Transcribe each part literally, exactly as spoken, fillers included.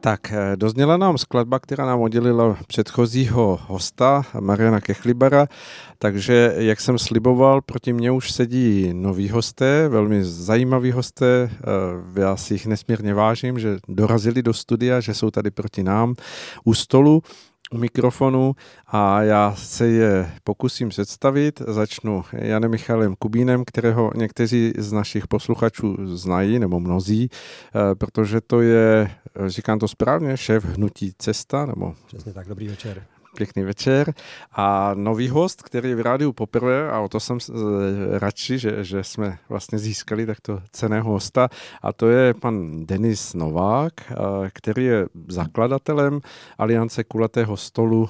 Tak, dozněla nám skladba, která nám oddělila předchozího hosta, Mariana Kechlibera, takže, jak jsem sliboval, proti mně už sedí noví hosté, velmi zajímaví hosté, já si jich nesmírně vážím, že dorazili do studia, že jsou tady proti nám u stolu, u mikrofonu a já se je pokusím představit. Začnu Janem Michalem Kubínem, kterého někteří z našich posluchačů znají, nebo mnozí, protože to je, říkám to správně, šéf hnutí Cesta, nebo... Přesně tak, dobrý večer. Pěkný večer. A nový host, který je v rádiu poprvé, a o to jsem radši, že, že jsme vlastně získali takto cenného hosta, a to je pan Denis Novák, který je zakladatelem Aliance kulatého stolu.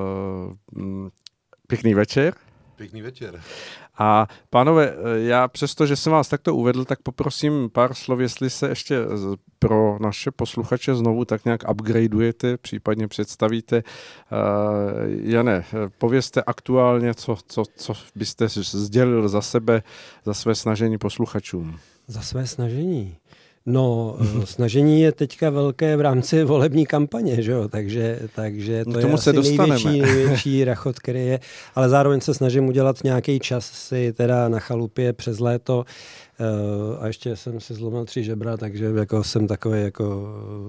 Pěkný večer. Pěkný večer. A pánové, já přesto, že jsem vás takto uvedl, tak poprosím pár slov, jestli se ještě pro naše posluchače znovu tak nějak upgradeujete, případně představíte. Uh, Jane, povězte aktuálně, co, co, co byste sdělil za sebe, za své snažení posluchačům. Za své snažení? No, snažení je teďka velké v rámci volební kampaně, že jo? Takže, takže to no, je asi největší, největší rachot, který je. Ale zároveň se snažím udělat nějaký čas si teda na chalupě přes léto. Uh, a ještě jsem si zlomil tři žebra, takže jako jsem takový jako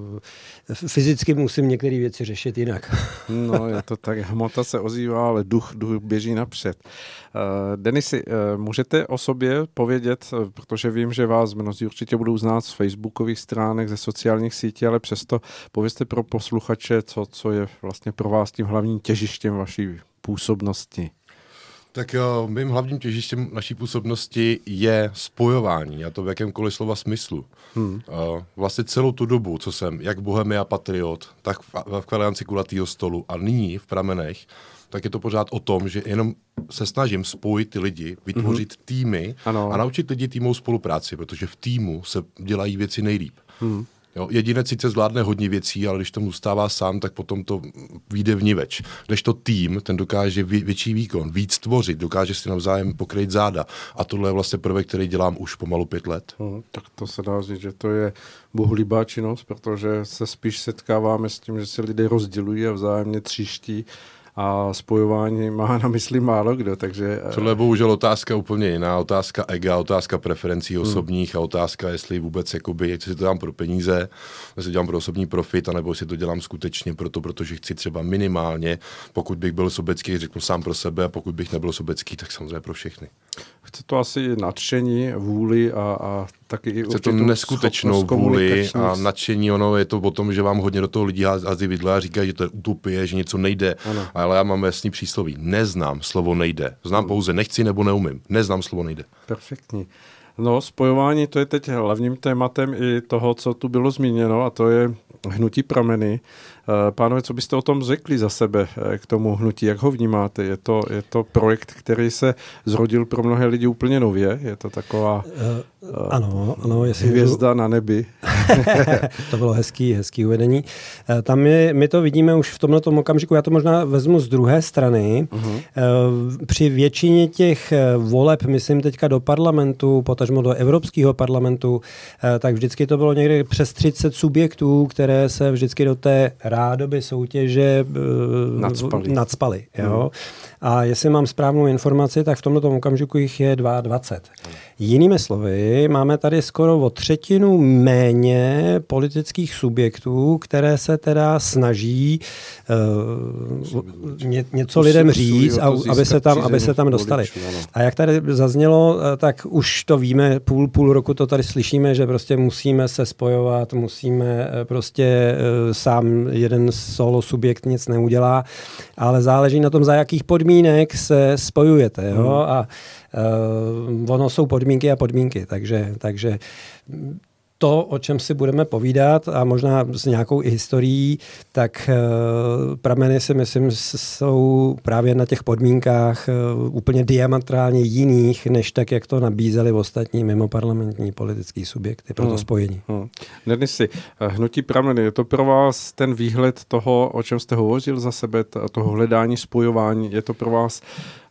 uh, fyzicky musím některé věci řešit jinak. No, je to tak, hmota se ozývá, ale duch, duch běží napřed. Uh, Denisi, uh, můžete o sobě povědět, uh, protože vím, že vás mnozí určitě budou znát z facebookových stránek, ze sociálních sítí, ale přesto povězte pro posluchače, co, co je vlastně pro vás tím hlavním těžištěm vaší působnosti. Tak jo, mým hlavním těžištěm naší působnosti je spojování, a to v jakémkoliv slova smyslu. Hmm. Vlastně celou tu dobu, co jsem jak Bohemia Patriot, tak v Alianci kulatýho stolu a nyní v Pramenech, tak je to pořád o tom, že jenom se snažím spojit ty lidi, vytvořit mm-hmm. týmy ano. a naučit lidi týmovou spolupráci, protože v týmu se dělají věci nejlíp. Hmm. Jo, jedinec sice zvládne hodně věcí, ale když tomu zůstává sám, tak potom to vyjde vniveč. Když to tým, ten dokáže vě, větší výkon, víc tvořit, dokáže si navzájem pokryt záda. A tohle je vlastně prvek, který dělám už pomalu pět let. Hmm, tak to se dá říct, že to je bohulibá činnost, protože se spíš setkáváme s tím, že se lidé rozdělují a vzájemně tříští. A spojování má na mysli málo kdo, takže... Tohle je bohužel otázka úplně jiná, otázka ega, otázka preferencí osobních hmm. a otázka, jestli vůbec, jakoby, jestli si to dělám pro peníze, jestli to dělám pro osobní profit, anebo jestli to dělám skutečně proto, protože chci třeba minimálně, pokud bych byl sobecký, řeknu sám pro sebe, a pokud bych nebyl sobecký, tak samozřejmě pro všechny. Chce to asi nadšení, vůli a, a taky i Chce to neskutečnou vůli a nadšení, ono je to o tom, že vám hodně do toho lidí hází vidle a říkají, že to je utopie, že něco nejde. Ano. Ale já mám jasný přísloví. Neznám slovo nejde. Znám pouze nechci nebo neumím. Neznám slovo nejde. Perfektní. No, spojování, to je teď hlavním tématem i toho, co tu bylo zmíněno, a to je hnutí Prameny. Pánové, co byste o tom řekli za sebe k tomu hnutí? Jak ho vnímáte? Je to, je to projekt, který se zrodil pro mnohé lidi úplně nově? Je to taková uh, uh, ano, ano, hvězda můžu... na nebi? To bylo hezký, hezký uvedení. Uh, tam je, my to vidíme už v tomhletom okamžiku, já to možná vezmu z druhé strany. Uh-huh. Uh, při většině těch voleb, myslím teďka do parlamentu, potažmo do Evropského parlamentu, uh, tak vždycky to bylo někde přes třicet subjektů, které se vždycky do té rádoby soutěže uh, nadspali. nadspali jo? Hmm. A jestli mám správnou informaci, tak v tomto okamžiku jich je dvacet dva. Hmm. Jinými slovy, máme tady skoro o třetinu méně politických subjektů, které se teda snaží uh, ně, něco lidem říct, a, aby, se tam, aby se tam dostali. A jak tady zaznělo, tak už to víme, půl, půl roku to tady slyšíme, že prostě musíme se spojovat, musíme prostě uh, sám jeden solo subjekt nic neudělá, ale záleží na tom, za jakých podmínek se spojujete. Jo? Hmm. A uh, ono jsou podmínky a podmínky, takže, takže to, o čem si budeme povídat a možná s nějakou i historií, tak uh, prameny si myslím jsou právě na těch podmínkách uh, úplně diametrálně jiných, než tak, jak to nabízeli ostatní mimoparlamentní politický subjekty pro to spojení. Hmm. Hmm. Denisi, hnutí Prameny, je to pro vás ten výhled toho, o čem jste hovořil za sebe, toho hledání, spojování, je to pro vás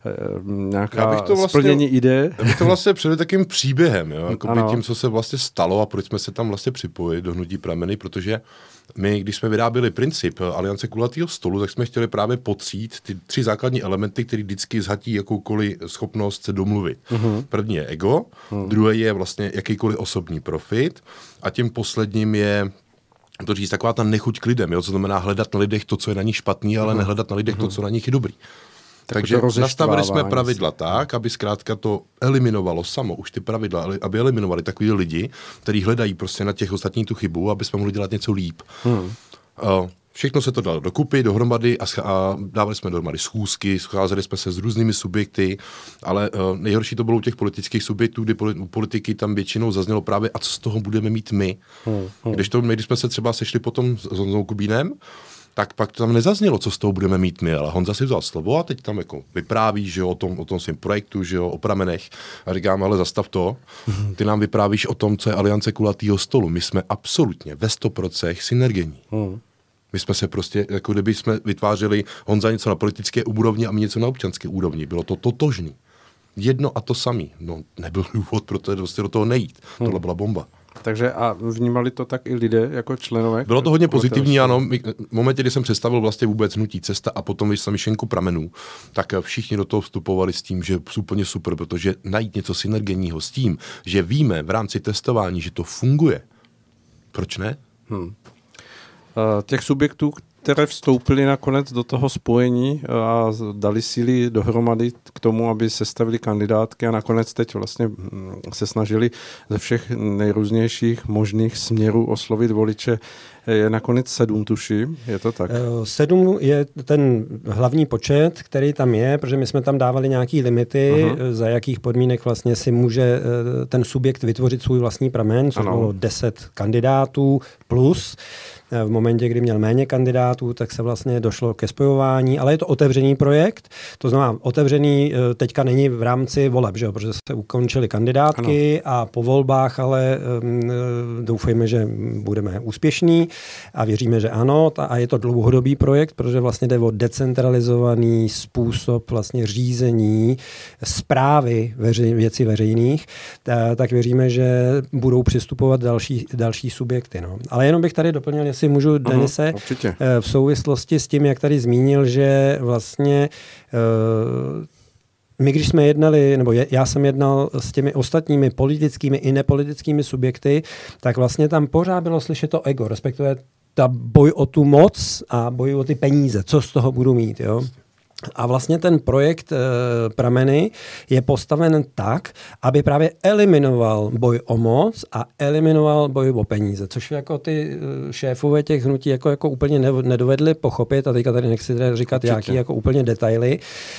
nějaká vlastně, splnění ideje. Já bych to vlastně předvedl takým příběhem, jo? Jako tím, co se vlastně stalo a proč jsme se tam vlastně připojili do Hnutí Prameny, protože my, když jsme vyráběli princip Aliance kulatého stolu, tak jsme chtěli právě potřít ty tři základní elementy, které vždycky zhatí jakoukoliv schopnost se domluvit. Uh-huh. První je ego, uh-huh. druhý je vlastně jakýkoliv osobní profit a tím posledním je to říct taková ta nechuť k lidem, jo? Co znamená hledat na lidech to, co je na nich špatný, ale uh-huh. nehledat na lidech uh-huh. to, co na nich je dobrý. Tak Takže nastavili jsme pravidla tak, aby zkrátka to eliminovalo samo, už ty pravidla, aby eliminovali takový lidi, kteří hledají prostě na těch ostatních tu chybu, aby jsme mohli dělat něco líp. Hmm. Uh, všechno se to dalo dokupy, dohromady a, sch- a dávali jsme dohromady schůzky, scházeli jsme se s různými subjekty, ale uh, nejhorší to bylo u těch politických subjektů, kdy u politiky tam většinou zaznělo právě, a co z toho budeme mít my. Hmm. Hmm. Když, to, my, když jsme se třeba sešli potom s Honzou Kubínem, tak pak tam nezaznělo, co z toho budeme mít my, ale Honza si vzal slovo a teď tam jako vypráví, že jo, o tom, o tom svém projektu, že jo, o pramenech a říkám, ale zastav to, ty nám vyprávíš o tom, co je Aliance kulatého stolu. My jsme absolutně ve sto procent synergení. My jsme se prostě, jako kdyby jsme vytvářeli Honza něco na politické úrovni a my něco na občanské úrovni. Bylo to totožný. Jedno a to samý. No, nebyl důvod pro to prostě do toho nejít. Hmm. Tohle byla bomba. Takže a vnímali to tak i lidé jako členové? Bylo to hodně pozitivní, ano. V momentě, kdy jsem představil vlastně vůbec Hnutí Cesta a potom vyšla myšlenku pramenů, tak všichni do toho vstupovali s tím, že je úplně super, protože najít něco synergenního s tím, že víme v rámci testování, že to funguje. Proč ne? Hmm. Uh, těch subjektů, které vstoupily nakonec do toho spojení a dali síly dohromady k tomu, aby sestavili kandidátky a nakonec teď vlastně se snažili ze všech nejrůznějších možných směrů oslovit voliče. Je nakonec sedm, tuším, je to tak? Sedm je ten hlavní počet, který tam je, protože my jsme tam dávali nějaký limity, uh-huh. za jakých podmínek vlastně si může ten subjekt vytvořit svůj vlastní pramen, což bylo deset kandidátů plus. V momentě, kdy měl méně kandidátů, tak se vlastně došlo ke spojování, ale je to otevřený projekt, to znamená otevřený teďka není v rámci voleb, že jo, protože se ukončily kandidátky ano. a po volbách, ale um, doufejme, že budeme úspěšní a věříme, že ano, a je to dlouhodobý projekt, protože vlastně jde o decentralizovaný způsob vlastně řízení správy veřej, věcí veřejných, tak věříme, že budou přistupovat další, další subjekty. No. Ale jenom bych tady doplnil, jestli můžu, Denise, Aha, v souvislosti s tím, jak tady zmínil, že vlastně my, když jsme jednali, nebo já jsem jednal s těmi ostatními politickými i nepolitickými subjekty, tak vlastně tam pořád bylo slyšet to ego, respektive ta boj o tu moc a boj o ty peníze, co z toho budu mít, jo. A vlastně ten projekt e, Prameny je postaven tak, aby právě eliminoval boj o moc a eliminoval boj o peníze, což jako ty šéfové těch hnutí jako, jako úplně nedovedli pochopit a teďka tady nechci říkat jaký jako úplně detaily,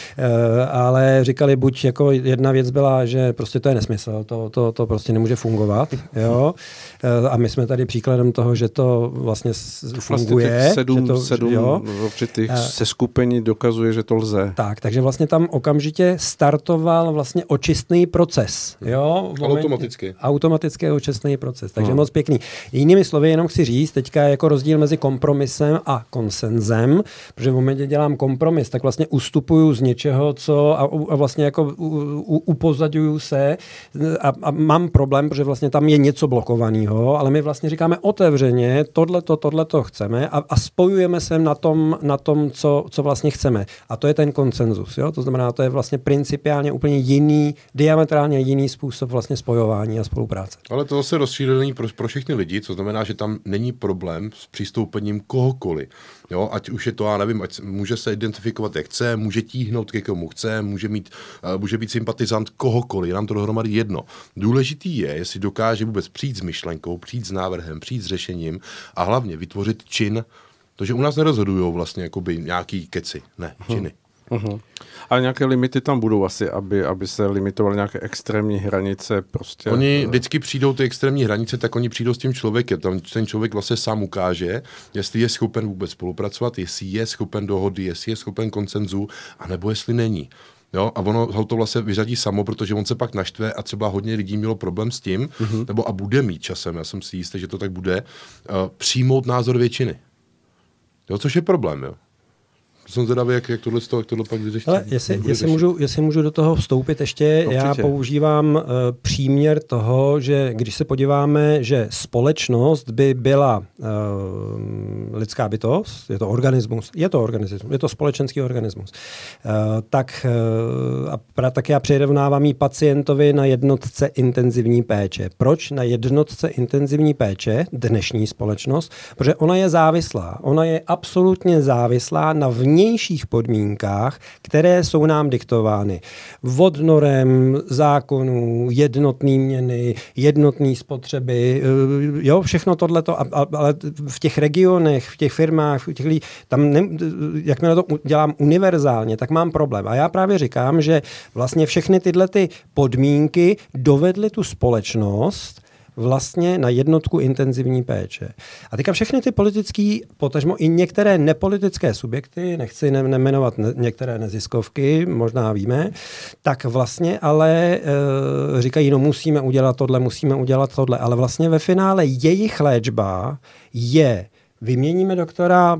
e, ale říkali buď jako jedna věc byla, že prostě to je nesmysl, to, to, to prostě nemůže fungovat, jo, e, a my jsme tady příkladem toho, že to vlastně funguje. Vlastně těch sedm, to, sedm jo, určitých e, seskupení dokazuje, že to lze. Tak, takže vlastně tam okamžitě startoval vlastně očistný proces. Jo? Automaticky. Automatický očistný proces, takže hmm. moc pěkný. Jinými slovy, jenom chci říct, teďka jako rozdíl mezi kompromisem a konsenzem, protože v momentě dělám kompromis, tak vlastně ustupuju z něčeho, co a, a vlastně jako u, u, upozaďuju se a, a mám problém, protože vlastně tam je něco blokovaného, ale my vlastně říkáme otevřeně, tohleto, tohleto chceme a, a spojujeme se na tom, na tom co, co vlastně chceme. A to je ten konsenzus, jo? To znamená, to je vlastně principiálně úplně jiný, diametrálně jiný způsob vlastně spojování a spolupráce. Ale to zase rozšíření pro, pro všechny lidi, co znamená, že tam není problém s přistoupením kohokoliv. Jo? Ať už je to, já nevím, ať může se identifikovat, jak chce, může tíhnout ke komu chce, může, mít, uh, může být sympatizant kohokoliv, je nám to dohromady jedno. Důležitý je, jestli dokáže vůbec přijít s myšlenkou, přijít s návrhem, přijít s řešením a hlavně vytvořit čin. Takže u nás nerozhodujou vlastně jakoby nějaký keci, ne, činy. Uhum. Ale nějaké limity tam budou asi, aby, aby se limitovaly nějaké extrémní hranice. Prostě. Oni vždycky přijdou ty extrémní hranice, tak oni přijdou s tím člověkem. Tam ten člověk vlastně sám ukáže, jestli je schopen vůbec spolupracovat, jestli je schopen dohody, jestli je schopen konsenzu, anebo jestli není. Jo? A ono ho to vlastně vyřadí samo, protože on se pak naštve a třeba hodně lidí mělo problém s tím, uhum. nebo a bude mít časem, já jsem si jistý, že to tak bude, uh, přijmout názor většiny. Jo? Což je problém, jo. Jsem zvědavý, jak, jak tohle z toho, jak tohle pak vyřeší. Ale jestli, jestli, můžu, jestli můžu do toho vstoupit ještě, určitě. Já používám uh, příměr toho, že když se podíváme, že společnost by byla uh, lidská bytost, je to organismus, je to organismus, je to společenský organismus, uh, tak, uh, a pra, tak já přirovnávám jí pacientovi na jednotce intenzivní péče. Proč na jednotce intenzivní péče dnešní společnost? Protože ona je závislá. Ona je absolutně závislá na vnějších podmínkách, které jsou nám diktovány. Od norem, zákonů, jednotný měny, jednotný spotřeby, jo, všechno tohleto, ale v těch regionech, v těch firmách, v těch lidí, tam ne, jakmile to dělám univerzálně, tak mám problém. A já právě říkám, že vlastně všechny tyhle ty podmínky dovedly tu společnost vlastně na jednotku intenzivní péče. A teďka všechny ty politické, potažmo i některé nepolitické subjekty, nechci nemenovat ne, některé neziskovky, možná víme, tak vlastně ale e, říkají, no musíme udělat tohle, musíme udělat tohle, ale vlastně ve finále jejich léčba je vyměníme doktora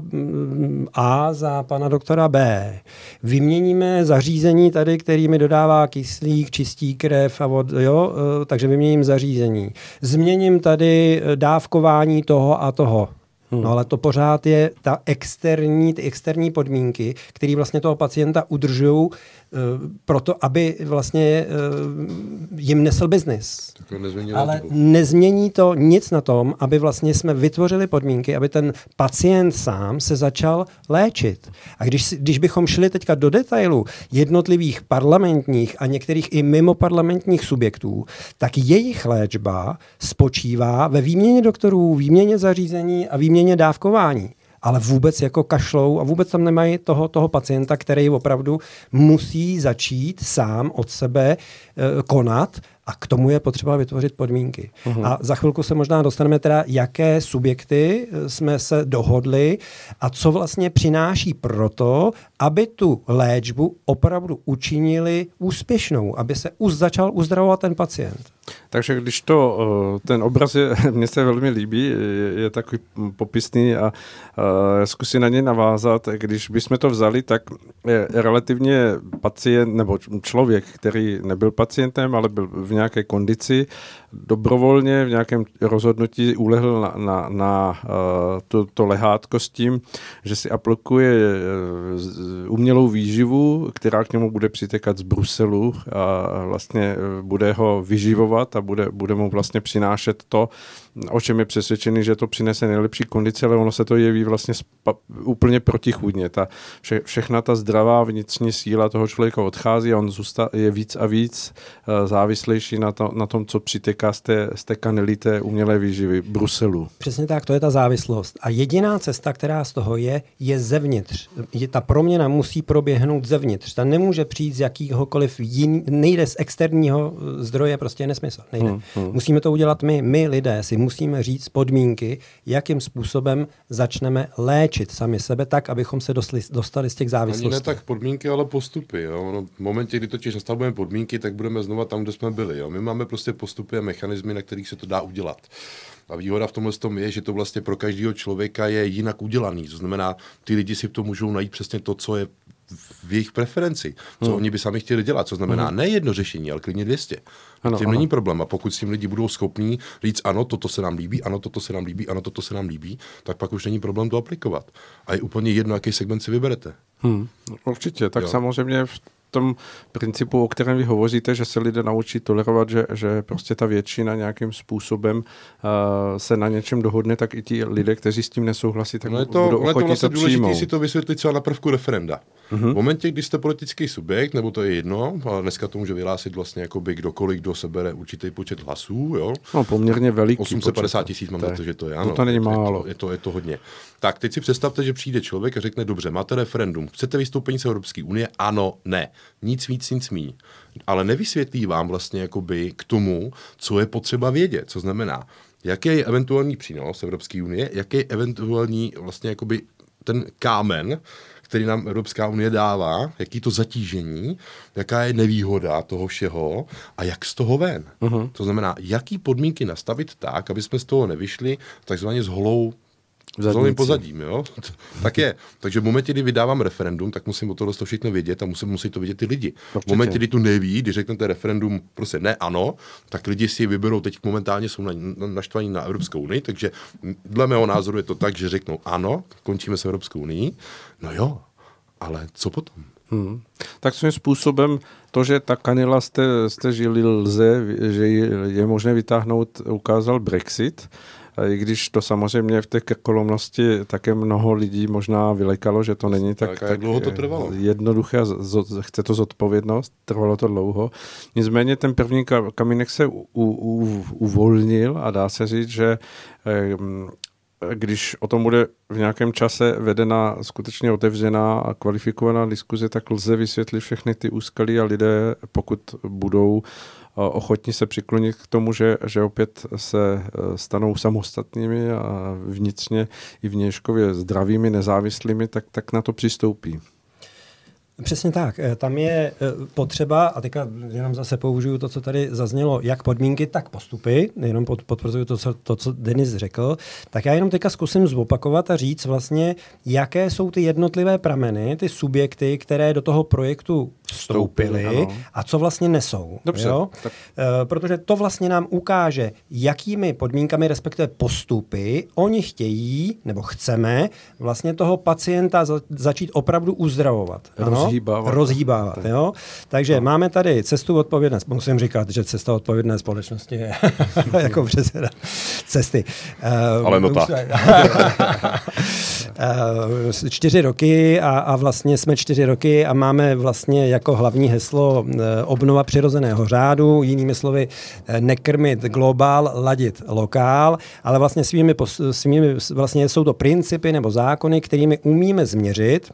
A za pana doktora B. Vyměníme zařízení tady, který mi dodává kyslík, čistí krev, a od, jo, takže vyměním zařízení. Změním tady dávkování toho a toho. Hmm. No ale to pořád je ta externí, ty externí podmínky, které vlastně toho pacienta udržují uh, proto, aby vlastně uh, jim nesl biznis. Ale to nezmění to nic na tom, aby vlastně jsme vytvořili podmínky, aby ten pacient sám se začal léčit. A když, když bychom šli teďka do detailu jednotlivých parlamentních a některých i mimo parlamentních subjektů, tak jejich léčba spočívá ve výměně doktorů, výměně zařízení a výměně dávkování, ale vůbec jako kašlou a vůbec tam nemají toho, toho pacienta, který opravdu musí začít sám od sebe e, konat a k tomu je potřeba vytvořit podmínky. Uhum. A za chvilku se možná dostaneme teda, jaké subjekty jsme se dohodli a co vlastně přináší proto, aby tu léčbu opravdu učinili úspěšnou, aby se už začal uzdravovat ten pacient. Takže když to, ten obraz je, mně se velmi líbí, je, je takový popisný a, a zkusím na něj navázat. Když bychom to vzali, tak je relativně pacient nebo člověk, který nebyl pacientem, ale byl v nějaké kondici, dobrovolně v nějakém rozhodnutí ulehl na, na, na to, to lehátko s tím, že si aplikuje umělou výživu, která k němu bude přitékat z Bruselu a vlastně bude ho vyživovat a bude, bude mu vlastně přinášet to, o čem je přesvědčený, že to přinese nejlepší kondici, ale ono se to jeví vlastně spa, úplně protichůdně. Ta, vše, všechna ta zdravá vnitřní síla toho člověka odchází a on zůsta, je víc a víc uh, závislejší na, to, na tom, co přitéká z té, z té kanely té umělé výživy Bruselu. Přesně tak, to je ta závislost. A jediná cesta, která z toho je, je zevnitř. Je, ta proměna musí proběhnout zevnitř. Ta nemůže přijít z jakýhokoliv jiný, nejde z externího zdroje, prostě je nesmysl. Nejde. Hmm, hmm. Musíme to udělat my, my lidé si musíme říct podmínky, jakým způsobem začneme léčit sami sebe tak, abychom se dostali, dostali z těch závislostí. Ani ne tak podmínky, ale postupy. Jo? No, v momentě, kdy totiž nastavujeme podmínky, tak budeme znova tam, kde jsme byli. Jo? My máme prostě postupy a mechanismy, na kterých se to dá udělat. A výhoda v tomhle tom je, že to vlastně pro každého člověka je jinak udělaný. To znamená, ty lidi si v tom můžou najít přesně to, co je v jejich preferenci, co hmm. oni by sami chtěli dělat, co znamená hmm. ne jedno řešení, ale klidně dvě stě. Ano, tím ano. není problém. A pokud s tím lidi budou schopní říct ano, toto se nám líbí, ano, toto se nám líbí, ano, toto se nám líbí, tak pak už není problém to aplikovat. A je úplně jedno, jaký segment si vyberete. Hmm. Určitě, tak jo. Samozřejmě v tom principu, o kterém vy hovoříte, že se lidé naučí tolerovat, že, že prostě ta většina nějakým způsobem uh, se na něčem dohodne, tak i ti lidé, kteří s tím nesouhlasí, tak no to, budou ochotní to, vlastně to přijmout. Si to vysvětlit třeba na prvku referenda. Uh-huh. V momentě, kdy jste politický subjekt, nebo to je jedno, ale dneska to může vyhlásit vlastně jakoby kdokoliv, kdo sebere určitý počet hlasů, jo? No, poměrně veliký osm set padesát tisíc mám za to, že to je, ano. To, to není málo. Je to, je, to, je to hodně. Tak teď si představte, že přijde člověk a řekne, dobře, máte referendum, chcete vystoupení z Evropské unie? Ano, ne. Nic víc, nic míň. Ale nevysvětlí vám vlastně jakoby k tomu, co je potřeba vědět, co znamená, jaký je eventuální přínos Evropské unie, jaký je eventuální vlastně jakoby ten kámen, který nám Evropská unie dává, jaký to zatížení, jaká je nevýhoda toho všeho a jak z toho ven. Uh-huh. To znamená, jaký podmínky nastavit tak, aby jsme z toho nevyšli takzvaně s holou vzhledným pozadím, jo? Tak je. Takže v momentě, kdy vydávám referendum, tak musím o tohle všechno vědět a musím, musí to vědět ty lidi. Určitě. V momentě, kdy tu neví, když řeknete referendum prostě ne ano, tak lidi si vyberou, teď momentálně jsou naštvaní na Evropskou unii, takže dle mého názoru je to tak, že řeknou ano, končíme s Evropskou unii, no jo, ale co potom? Hmm. Tak svým způsobem to, že ta kanila jste, jste žili lze, že je možné vytáhnout, ukázal Brexit, i když to samozřejmě v té krkolomnosti také mnoho lidí možná vylekalo, že to není tak, tak, tak dlouho to trvalo. jednoduché, chce to zodpovědnost, trvalo to dlouho. Nicméně ten první kamínek se u, u, uvolnil a dá se říct, že když o tom bude v nějakém čase vedena skutečně otevřená a kvalifikovaná diskuze, tak lze vysvětlit všechny ty úskalí a lidé, pokud budou ochotní se přiklonit k tomu, že, že opět se stanou samostatnými a vnitřně i vnějškově zdravými, nezávislými, tak, tak na to přistoupí. Přesně tak. Tam je potřeba, a teďka jenom zase použiju to, co tady zaznělo, jak podmínky, tak postupy, jenom potvrzuju to, co, to, co Denis řekl, tak já jenom teďka zkusím zopakovat a říct vlastně, jaké jsou ty jednotlivé prameny, ty subjekty, které do toho projektu vstoupily a co vlastně nesou. Dobře. Jo? Tak. E, protože to vlastně nám ukáže, jakými podmínkami, respektive postupy, oni chtějí, nebo chceme vlastně toho pacienta za, začít opravdu uzdravovat. Ano? Rozhýbávat. Rozhýbávat, jo. Takže no. máme tady cestu odpovědné, musím říkat, že cesta odpovědné společnosti je jako předseda cesty. Ale no tak. čtyři roky a, a vlastně jsme čtyři roky a máme vlastně jako hlavní heslo obnova přirozeného řádu, jinými slovy nekrmit globál, ladit lokál, ale vlastně svými, svými vlastně jsou to principy nebo zákony, kterými umíme změřit,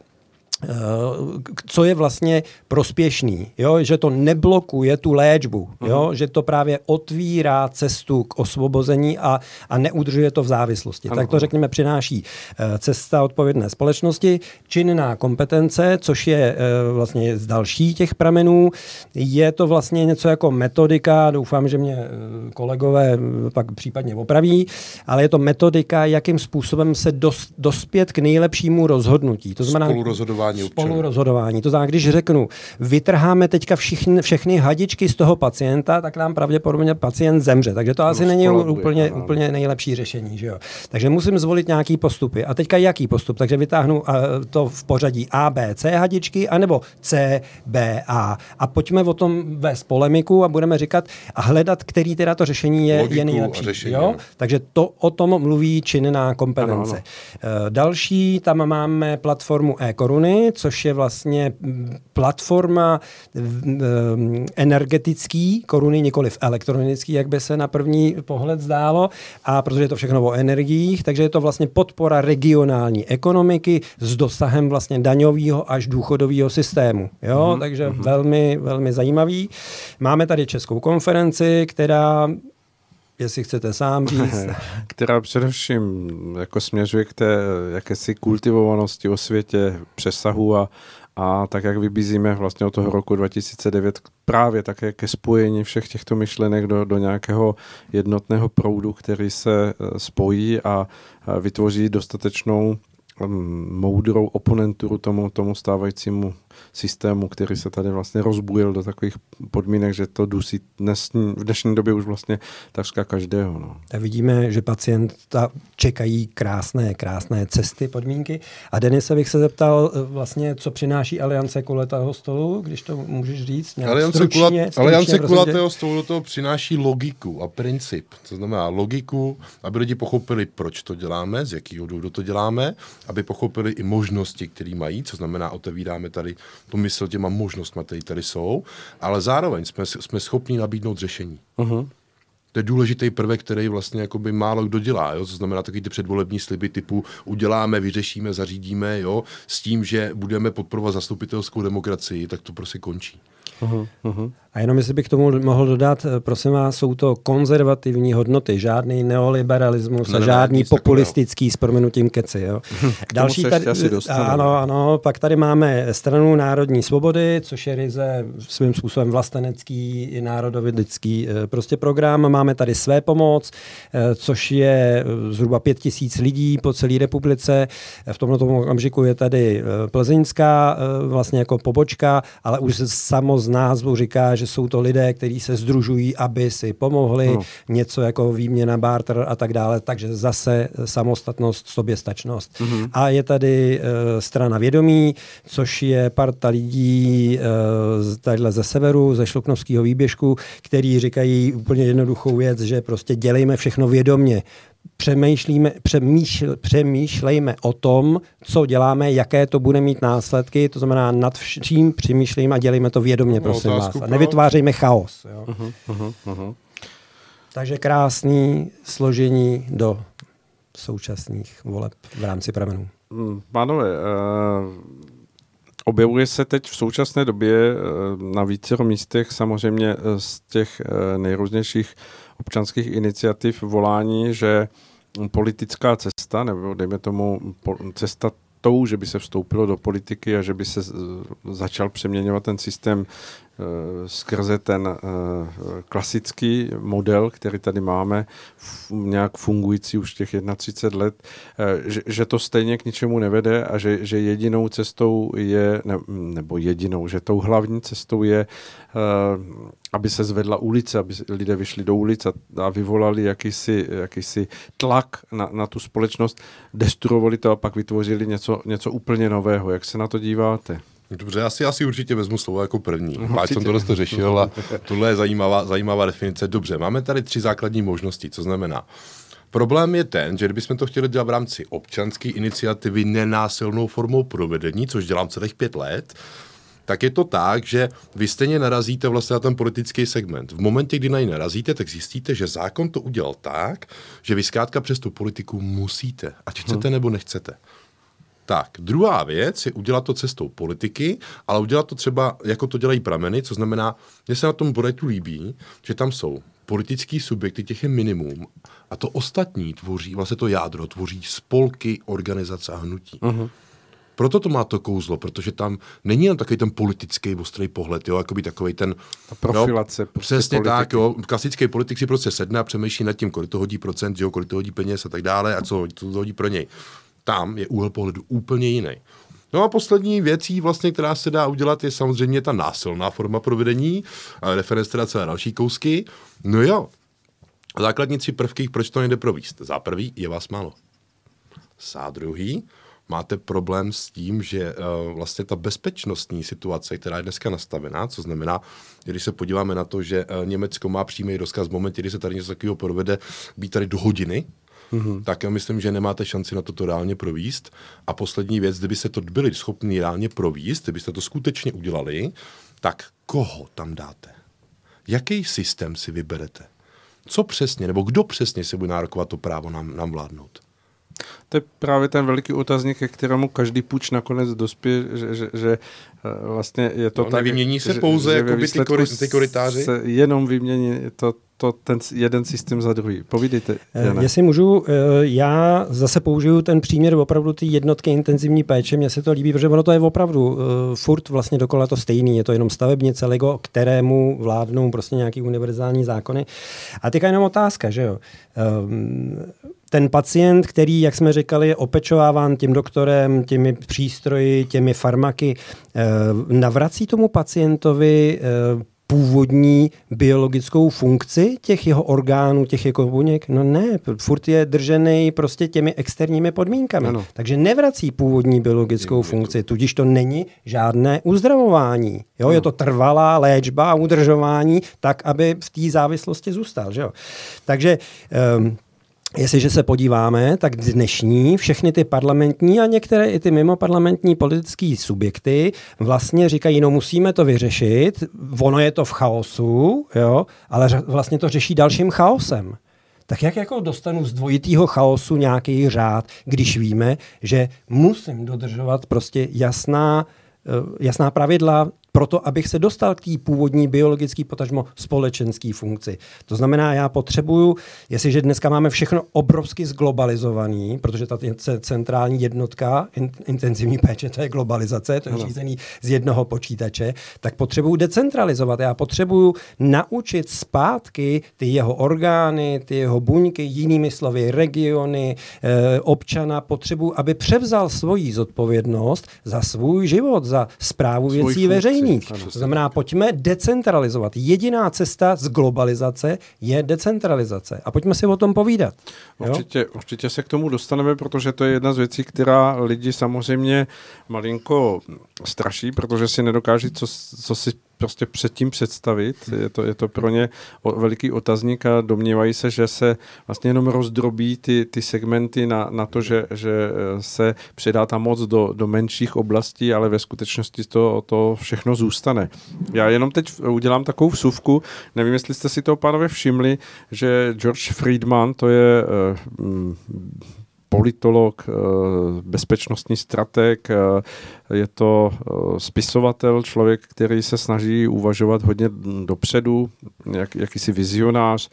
co je vlastně prospěšný, jo? Že to neblokuje tu léčbu, jo? Uh-huh. Že to právě otvírá cestu k osvobození a, a neudržuje to v závislosti. Uh-huh. Tak to řekněme přináší cesta odpovědné společnosti, činná kompetence, což je vlastně z dalších těch pramenů. Je to vlastně něco jako metodika, doufám, že mě kolegové pak případně opraví, ale je to metodika, jakým způsobem se dos, dospět k nejlepšímu rozhodnutí. To znamená spolurozhodování. Spolurozhodování. To znamená, když řeknu, vytrháme teďka všichni, všechny hadičky z toho pacienta, tak nám pravděpodobně pacient zemře. Takže to asi není úplně, úplně nejlepší řešení. Že jo? Takže musím zvolit nějaký postupy. A teďka jaký postup? Takže vytáhnu uh, to v pořadí A, B, C hadičky, anebo C, B, A. A pojďme o tom vést polemiku a budeme říkat a hledat, který teda to řešení je, je nejlepší. Řešení, jo? Takže to o tom mluví činná kompetence. Ano, ano. Uh, další, tam máme platformu e-koruny, což je vlastně platforma energetický koruny, nikoliv elektronický, jak by se na první pohled zdálo, a protože je to všechno o energiích, takže je to vlastně podpora regionální ekonomiky s dosahem vlastně daňového až důchodového systému. Jo? Mm-hmm. Takže mm-hmm. velmi, velmi zajímavý. Máme tady Českou konferenci, která, jestli chcete sám říct. Která především jako směřuje k té jakési kultivovanosti o světě, přesahu a, a tak, jak vybízíme vlastně od toho roku dva tisíce devět právě také ke spojení všech těchto myšlenek do, do nějakého jednotného proudu, který se spojí a vytvoří dostatečnou moudrou oponenturu tomu, tomu stávajícímu systému, který se tady vlastně rozbujil do takových podmínek, že to dusí dnesní, v dnešní době už vlastně takřka každého. No. Tak vidíme, že pacienta čekají krásné, krásné cesty, podmínky. A Denise, bych se zeptal vlastně, co přináší Aliance kulatého stolu, když to můžeš říct nějak Aliance stručně. Kulat, stručně Aliance kulatého stolu do toho přináší logiku a princip. To znamená logiku, aby lidi pochopili, proč to děláme, z jakého důvodu to děláme, aby pochopili i možnosti, které mají, co znamená, otevíráme tady tu mysl těma možnostmi, které tady jsou, ale zároveň jsme, jsme schopni nabídnout řešení. Uh-huh. To je důležitý prvek, který vlastně jakoby málo kdo dělá. Jo? To znamená takový ty předvolební sliby typu uděláme, vyřešíme, zařídíme, jo? S tím, že budeme podporovat zastupitelskou demokracii, tak to prostě končí. Uh-huh, uh-huh. A jenom jestli bych k tomu mohl dodat, prosím vás, jsou to konzervativní hodnoty, žádný neoliberalismus ne, a žádný populistický s prominutím keci. Jo. Další tady, ano, ano, pak tady máme stranu národní svobody, což je ryze svým způsobem vlastenecký i národovědecký prostě program. Máme tady Své pomoc, což je zhruba pět tisíc lidí po celé republice. V tomto okamžiku je tady plzeňská vlastně jako pobočka, ale už samo z názvu říká, že jsou to lidé, kteří se sdružují, aby si pomohli, no. něco jako výměna, barter a tak dále, takže zase samostatnost, soběstačnost. Mm-hmm. A je tady uh, strana Vědomí, což je parta lidí uh, tadyhle ze severu, ze Šluknovského výběžku, který říkají úplně jednoduchou věc, že prostě dělejme všechno vědomě. Přemýšlíme, přemýšl, přemýšlejme o tom, co děláme, jaké to bude mít následky, to znamená nad vším přemýšlejme a dělejme to vědomě, prosím vás. A nevytvářejme chaos. Jo. Uh-huh, uh-huh, uh-huh. Takže krásný složení do současných voleb v rámci pramenů. Pánové, uh, objevuje se teď v současné době uh, na vícero místech samozřejmě z těch uh, nejrůznějších občanských iniciativ volání, že politická cesta, nebo dejme tomu cesta tou, že by se vstoupilo do politiky a že by se začal přeměňovat ten systém skrze ten klasický model, který tady máme, nějak fungující už těch třicet jedna let, že, že to stejně k ničemu nevede a že, že jedinou cestou je, ne, nebo jedinou, že tou hlavní cestou je, aby se zvedla ulice, aby lidé vyšli do ulic a, a vyvolali jakýsi, jakýsi tlak na, na tu společnost, destruovali to a pak vytvořili něco, něco úplně nového. Jak se na to díváte? Dobře, já si, já si určitě vezmu slovo jako první. Páč jsem tohle to řešil a tohle je zajímavá, zajímavá definice. Dobře, máme tady tři základní možnosti, co znamená. Problém je ten, že kdybychom to chtěli dělat v rámci občanské iniciativy nenásilnou formou provedení, což dělám celých pět let, tak je to tak, že vy stejně narazíte vlastně na ten politický segment. V momentě, kdy na něj narazíte, tak zjistíte, že zákon to udělal tak, že vy zkrátka přes tu politiku musíte, ať chcete nebo nechcete. Tak, druhá věc je udělat to cestou politiky, ale udělat to třeba, jako to dělají prameny, co znamená, že se na tom projektu líbí, že tam jsou politický subjekty, těch je minimum a to ostatní tvoří, vlastně to jádro tvoří spolky, organizace a hnutí. Uh-huh. Proto to má to kouzlo, protože tam není jen takový ten politický ostrý pohled, jo, jakoby takový ten... Ta profilace. Jo, přesně politiky. Tak, jo. Klasický politik si prostě sedne a přemýšlí nad tím, kolik to hodí procent, jo, kolik to hodí peněz a tak dále a co, co to hodí pro něj. Tam je úhel pohledu úplně jiný. No a poslední věcí, vlastně, která se dá udělat, je samozřejmě ta násilná forma provedení, referenstrace a další kousky. No jo, základní tři prvky, proč to nejde provést. Za prvý je vás málo. Za druhý máte problém s tím, že uh, vlastně ta bezpečnostní situace, která je dneska nastavená, co znamená, když se podíváme na to, že uh, Německo má přímý rozkaz v momentě, kdy se tady něco takového provede, být tady do hodiny, mm-hmm. tak já myslím, že nemáte šanci na toto reálně províst. A poslední věc, kdyby se to byli schopni reálně províst, kdybyste to skutečně udělali, tak koho tam dáte? Jaký systém si vyberete? Co přesně, nebo kdo přesně si bude nárokovat to právo nám, nám vládnout? To je právě ten veliký otazník, ke kterému každý půjč nakonec dospěje, že, že, že vlastně je to no, tak... Nevymění se že, pouze jako by ty, kori, ty korytáři? Se jenom vymění to, to, ten jeden systém za druhý. Povídejte, Jana. Jestli můžu, já zase použiju ten příměr opravdu ty jednotky intenzivní péče, mně se to líbí, protože ono to je opravdu uh, furt vlastně dokola to stejný, je to jenom stavebnice Lego, kterému vládnou prostě nějaký univerzální zákony. A teďka jenom otázka, že jo. Um, ten pacient, který, jak jsme říkali, je opečováván tím doktorem, těmi přístroji, těmi farmaky, navrací tomu pacientovi původní biologickou funkci těch jeho orgánů, těch jeho buněk? No ne, furt je držený prostě těmi externími podmínkami. Ano. Takže nevrací původní biologickou funkci, tudíž to není žádné uzdravování. Jo? Je to trvalá léčba a udržování tak, aby v té závislosti zůstal. Že jo? Takže... Um, Jestliže se podíváme, tak dnešní všechny ty parlamentní a některé i ty mimoparlamentní politické subjekty vlastně říkají, no musíme to vyřešit, ono je to v chaosu, jo, ale vlastně to řeší dalším chaosem. Tak jak jako dostanu z dvojitýho chaosu nějaký řád, když víme, že musím dodržovat prostě jasná, jasná pravidla proto, abych se dostal k té původní biologické, potažmo společenské funkci. To znamená, já potřebuju, jestliže dneska máme všechno obrovsky zglobalizovaný, protože ta centrální jednotka in, intenzivní péče, to je globalizace, to je řízený z jednoho počítače, tak potřebuju decentralizovat. Já potřebuju naučit zpátky ty jeho orgány, ty jeho buňky, jinými slovy regiony, e, občana, potřebuju, aby převzal svoji zodpovědnost za svůj život, za správu věcí veřejných. To znamená, pojďme decentralizovat. Jediná cesta z globalizace je decentralizace. A pojďme si o tom povídat. Určitě, určitě se k tomu dostaneme, protože to je jedna z věcí, která lidi samozřejmě malinko straší, protože si nedokáží, co, co si prostě předtím představit. Je to, je to pro ně veliký otazník a domnívají se, že se vlastně jenom rozdrobí ty, ty segmenty na, na to, že, že se předá ta moc do, do menších oblastí, ale ve skutečnosti to, to všechno zůstane. Já jenom teď udělám takovou vsuvku. Nevím, jestli jste si toho, pánové, všimli, že George Friedman, to je uh, politolog, bezpečnostní strateg, je to spisovatel, člověk, který se snaží uvažovat hodně dopředu, jak, jakýsi vizionář,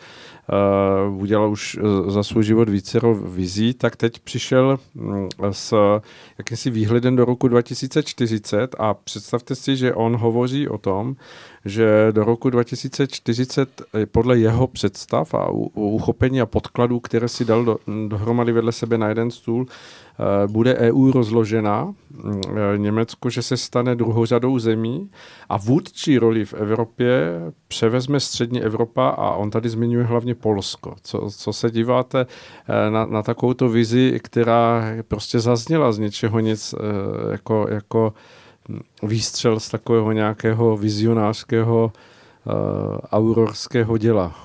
udělal už za svůj život vícero vizí, tak teď přišel s jakýmsi výhledem do roku dva tisíce čtyřicet a představte si, že on hovoří o tom, že do roku dva tisíce čtyřicet podle jeho představ a uchopení a podkladů, které si dal do, dohromady vedle sebe na jeden stůl, bude E U rozložena, Německo, že se stane druhořadou zemí a vůdčí roli v Evropě převezme střední Evropa a on tady zmiňuje hlavně Polsko. Co, co se díváte na, na takovouto vizi, která prostě zazněla z něčeho nic jako, jako výstřel z takového nějakého vizionářského uh, aurorského děla?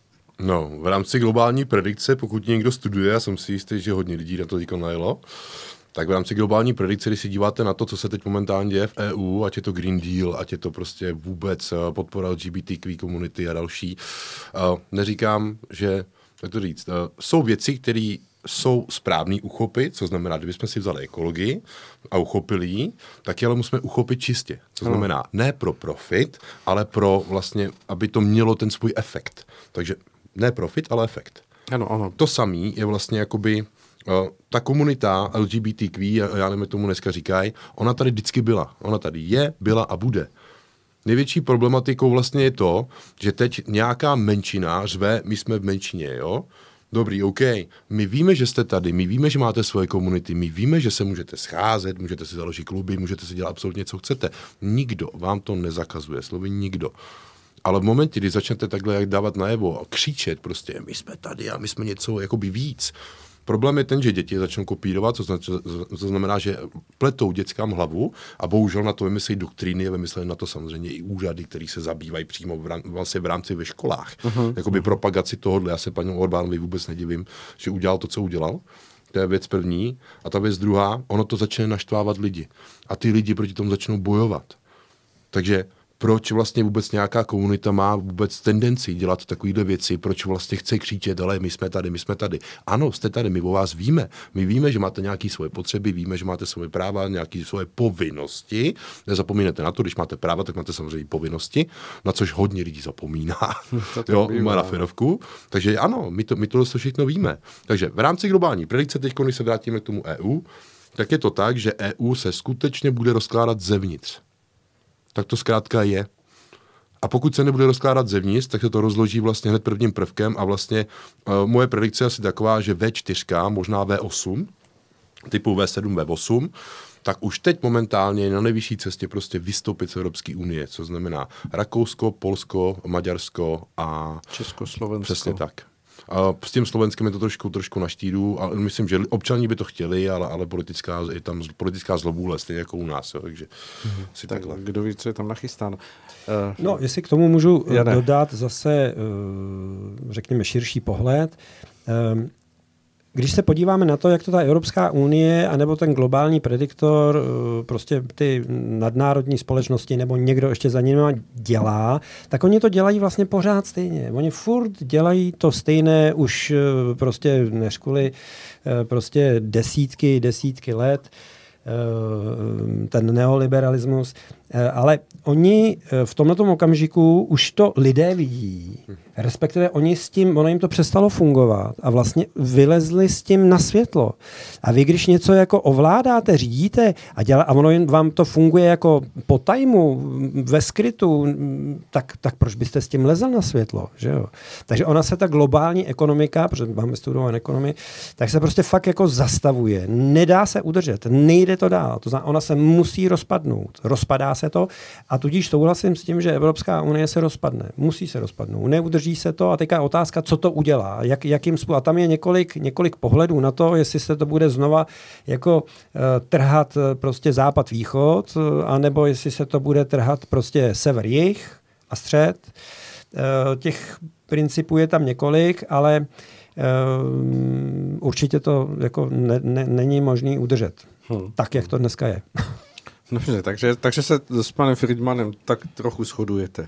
No, v rámci globální predikce, pokud někdo studuje, já jsem si jistý, že hodně lidí na to teďko najelo, tak v rámci globální predikce, když si díváte na to, co se teď momentálně děje v E U, ať je to Green Deal, ať je to prostě vůbec podpora L G B T Q komunity a další, uh, neříkám, že, jak to říct, uh, jsou věci, které jsou správný uchopit, co znamená, kdybychom si vzali ekologii a uchopili ji, tak je ale musíme uchopit čistě. Co znamená, ne pro profit, ale pro vlastně, aby to mělo ten svůj efekt. Takže ne profit, ale efekt. Ano, ano. To samý je vlastně jakoby uh, ta komunita L G B T Q, já nevím, tomu dneska říkají, ona tady vždycky byla. Ona tady je, byla a bude. Největší problematikou vlastně je to, že teď nějaká menšina řve, my jsme v menšině, jo? Dobrý, OK. My víme, že jste tady, my víme, že máte svoje komunity, my víme, že se můžete scházet, můžete si založit kluby, můžete si dělat absolutně, co chcete. Nikdo vám to nezakazuje, slovy nikdo. Ale v momentě, kdy začnete takhle jak dávat najevo a křičet prostě, my jsme tady a my jsme něco jakoby víc. Problém je ten, že děti začnou kopírovat, co znamená, že pletou dětskám hlavu a bohužel na to vymyslejí doktríny a vymyslejí na to samozřejmě i úřady, které se zabývají přímo v, rám, vlastně v rámci ve školách. Uh-huh. Jakoby propagaci tohohle. Já se panu Orbánovi vůbec nedivím, že udělal to, co udělal. To je věc první. A ta věc druhá, ono to začne naštvávat lidi. A ty lidi proti tomu začnou bojovat. Takže proč vlastně vůbec nějaká komunita má vůbec tendenci dělat takovéhle věci, proč vlastně chce křičet, ale my jsme tady, my jsme tady. Ano, jste tady, my o vás víme. My víme, že máte nějaké svoje potřeby, víme, že máte svoje práva, nějaké svoje povinnosti. Nezapomínejte na to, když máte práva, tak máte samozřejmě povinnosti, na což hodně lidí zapomíná. Jo, má na ferovku. Takže ano, my to, my to všechno víme. Takže v rámci globální predikce, teď, když se vrátíme k tomu E U, tak je to tak, že E U se skutečně bude rozkládat zevnitř. Tak to zkrátka je. A pokud se nebude rozkládat zevnitř, tak se to rozloží vlastně hned prvním prvkem a vlastně uh, moje predikce je asi taková, že V čtyři, možná V osm, typu V sedm, V osm, tak už teď momentálně je na nejvyšší cestě prostě vystoupit z Evropské unie, co znamená Rakousko, Polsko, Maďarsko a Československo. Přesně tak. A s tím Slovenskem je to trošku, trošku na štíru, ale myslím, že občaní by to chtěli, ale, ale politická, je tam politická zlobůle, stejně jako u nás. Jo, takže mm-hmm. si tak takhle. Kdo ví, co je tam nachystáno. Uh, no, jestli k tomu můžu Jane. dodat zase, uh, řekněme, širší pohled. Um, Když se podíváme na to, jak to ta Evropská unie anebo ten globální prediktor, prostě ty nadnárodní společnosti nebo někdo ještě za nimi dělá, tak oni to dělají vlastně pořád stejně. Oni furt dělají to stejné už prostě než kvůli prostě desítky, desítky let. Ten neoliberalismus. Ale oni v tomto okamžiku už to lidé vidí, respektive oni s tím, ono jim to přestalo fungovat a vlastně vylezli s tím na světlo. A vy, když něco jako ovládáte, řídíte a, dělá, a ono jim, vám to funguje jako po tajmu, ve skrytu, tak, tak proč byste s tím lezl na světlo? Že jo? Takže ona se ta globální ekonomika, protože máme studovat ekonomii, tak se prostě fakt jako zastavuje. Nedá se udržet, nejde to dál. To znamená, ona se musí rozpadnout. Rozpadá se to a tudíž souhlasím s tím, že Evropská unie se rozpadne. Musí se rozpadnout. Neudrží se to a teďka je otázka, co to udělá. Jak, jakým způsobem. A tam je několik, několik pohledů na to, jestli se to bude znova jako uh, trhat prostě západ-východ, uh, anebo jestli se to bude trhat prostě sever-jih a střed. Uh, těch principů je tam několik, ale uh, určitě to jako ne, ne, není možný udržet. Hmm. Tak, jak to dneska je. Dobře, takže, takže se s panem Friedmanem tak trochu shodujete.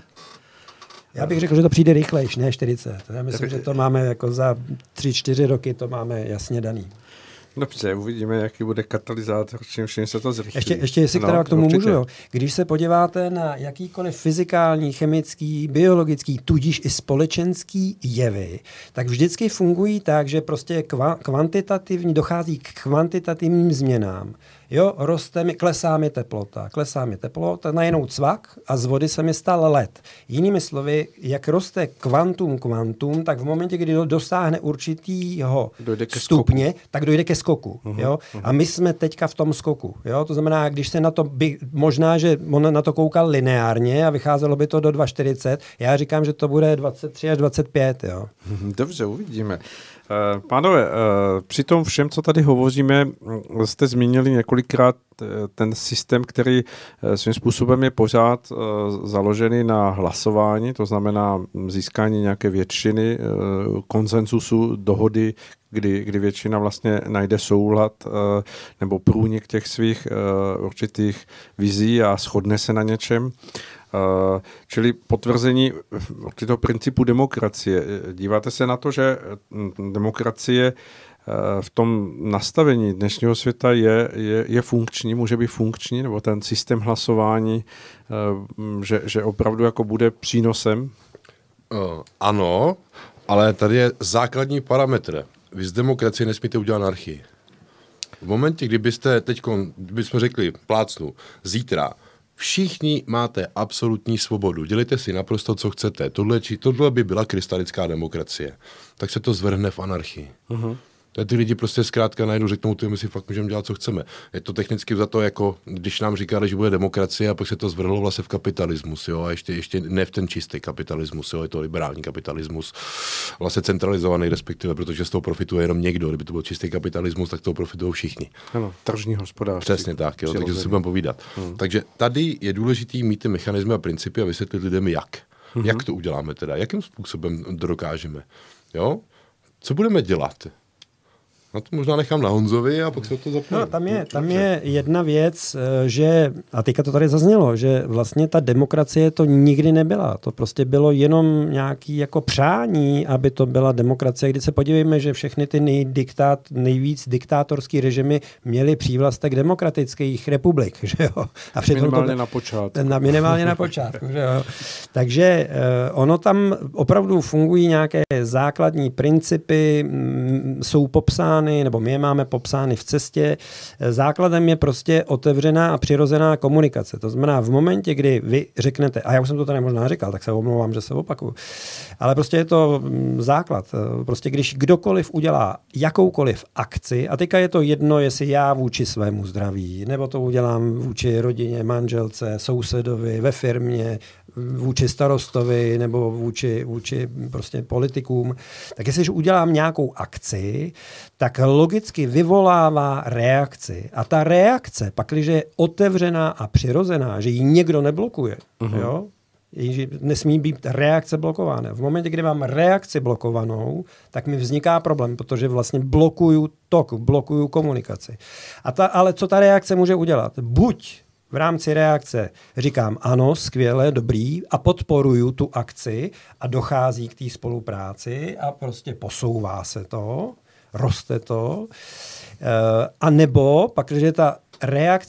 Já bych řekl, že to přijde rychlejš, ne čtyřicet. Já myslím, že to máme jako za tři, čtyři roky, to máme jasně daný. Dobře, uvidíme, jaký bude katalyzátor, čím všem se to zrychlí. Ještě, ještě jestli no, k tomu určitě. můžu. Jo. Když se podíváte na jakýkoliv fyzikální, chemický, biologický, tudíž i společenský jevy, tak vždycky fungují tak, že prostě kva, kvantitativní, dochází k kvantitativním změnám. Jo, roste mi, klesá mi teplota, klesá mi teplota, najednou cvak a z vody se mi stal led. Jinými slovy, jak roste kvantum kvantum, tak v momentě, kdy dosáhne určitýho stupně, skoku. tak dojde ke skoku. Uh-huh, jo? Uh-huh. A my jsme teďka v tom skoku. Jo? To znamená, když se na to, by, možná, že on na to koukal lineárně a vycházelo by to do dva čtyřicet, já říkám, že to bude dvacet tři až dvacet pět. Jo? Dobře, uvidíme. Pánové, při tom všem, co tady hovoříme, jste zmínili několikrát ten systém, který svým způsobem je pořád založený na hlasování, to znamená získání nějaké většiny, konsenzusu, dohody, kdy, kdy většina vlastně najde soulad nebo průnik těch svých určitých vizí a shodne se na něčem. Uh, čili potvrzení toho principu demokracie. Díváte se na to, že demokracie uh, v tom nastavení dnešního světa je, je, je funkční, může být funkční, nebo ten systém hlasování, uh, že, že opravdu jako bude přínosem? Uh, ano, ale tady je základní parametr. Vy z demokracie nesmíte udělat anarchii. V momentě, kdybyste teď, kdybychom řekli, plácnu, zítra, všichni máte absolutní svobodu. Dělejte si naprosto, co chcete. Tohle, či, tohle by byla krystalická demokracie. Tak se to zvrhne v anarchii. Uh-huh. Ty lidi prostě zkrátka najednou řeknou, že my si fakt můžeme dělat, co chceme. Je to technicky za to, jako když nám říkali, že bude demokracie, a pak se to zvrhlo vlastně v kapitalismus. Jo? A ještě, ještě ne v ten čistý kapitalismus, jo? Je to liberální kapitalismus. Vlastně centralizovaný, respektive, protože z toho profituje jenom někdo. Kdyby to byl čistý kapitalismus, tak toho profitují všichni. Ano, tržní hospodářství. Přesně tak, jo? Takže to si budeme povídat. Hmm. Takže tady je důležitý mít ty mechanismy a principy a vysvětlit lidem, jak. Hmm. Jak to uděláme teda, jakým způsobem to dokážeme. Jo? Co budeme dělat? No to možná nechám na Honzovi a pak se to zapojím. No, tam je, tam je jedna věc, že, a teďka to tady zaznělo, že vlastně ta demokracie to nikdy nebyla. To prostě bylo jenom nějaký jako přání, aby to byla demokracie. Když se podívejme, že všechny ty nejdiktát, nejvíc diktátorský režimy měly přívlastek demokratických republik. Že jo? A minimálně to, na počátku. Na, minimálně na počátku. Že jo? Takže uh, ono tam opravdu fungují nějaké základní principy, m, jsou popsány, nebo my je máme popsány v cestě. Základem je prostě otevřená a přirozená komunikace. To znamená, v momentě, kdy vy řeknete, a já už jsem to tady možná říkal, tak se omlouvám, že se opakuju, ale prostě je to základ. Prostě když kdokoliv udělá jakoukoliv akci, a teďka je to jedno, jestli já vůči svému zdraví, nebo to udělám vůči rodině, manželce, sousedovi, ve firmě, vůči starostovi, nebo vůči, vůči prostě politikům, tak jestliže udělám nějakou akci, tak logicky vyvolává reakci. A ta reakce, pakliže je otevřená a přirozená, že ji někdo neblokuje, uh-huh. jo? Že nesmí být reakce blokována. V momentě, kdy mám reakci blokovanou, tak mi vzniká problém, protože vlastně blokuju tok, blokuju komunikaci. A ta, ale co ta reakce může udělat? Buď v rámci reakce říkám ano, skvěle, dobrý a podporuju tu akci a dochází k té spolupráci a prostě posouvá se to, roste to. E, a nebo pak, když ta reakce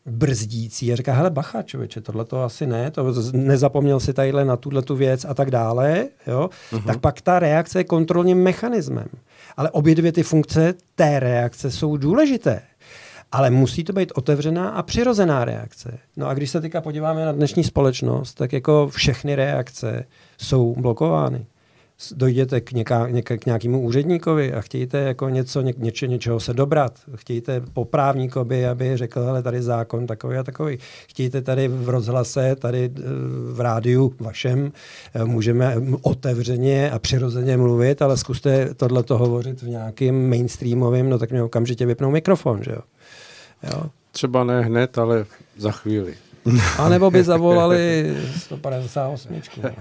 brzdící a říká, hele bacha, člověče, tohle to asi ne, to nezapomněl si tadyhle na tuhletu věc a tak dále, jo? Uh-huh. Tak pak ta reakce je kontrolním mechanismem. Ale obě dvě ty funkce té reakce jsou důležité. Ale musí to být otevřená a přirozená reakce. No a když se teďka podíváme na dnešní společnost, tak jako všechny reakce jsou blokovány. Dojděte k, něká, něka, k nějakému úředníkovi a chtějte jako něco, ně, něče, něčeho se dobrat. Chtějte po právníkovi, aby řekl, hele, tady zákon takový a takový. Chtějte tady v rozhlase, tady v rádiu vašem, můžeme otevřeně a přirozeně mluvit, ale zkuste tohleto hovořit v nějakým mainstreamovým, no tak mě okamžitě vypnou mikrofon, že jo. Jo. Třeba ne hned, ale za chvíli. A nebo by zavolali sto padesát osm.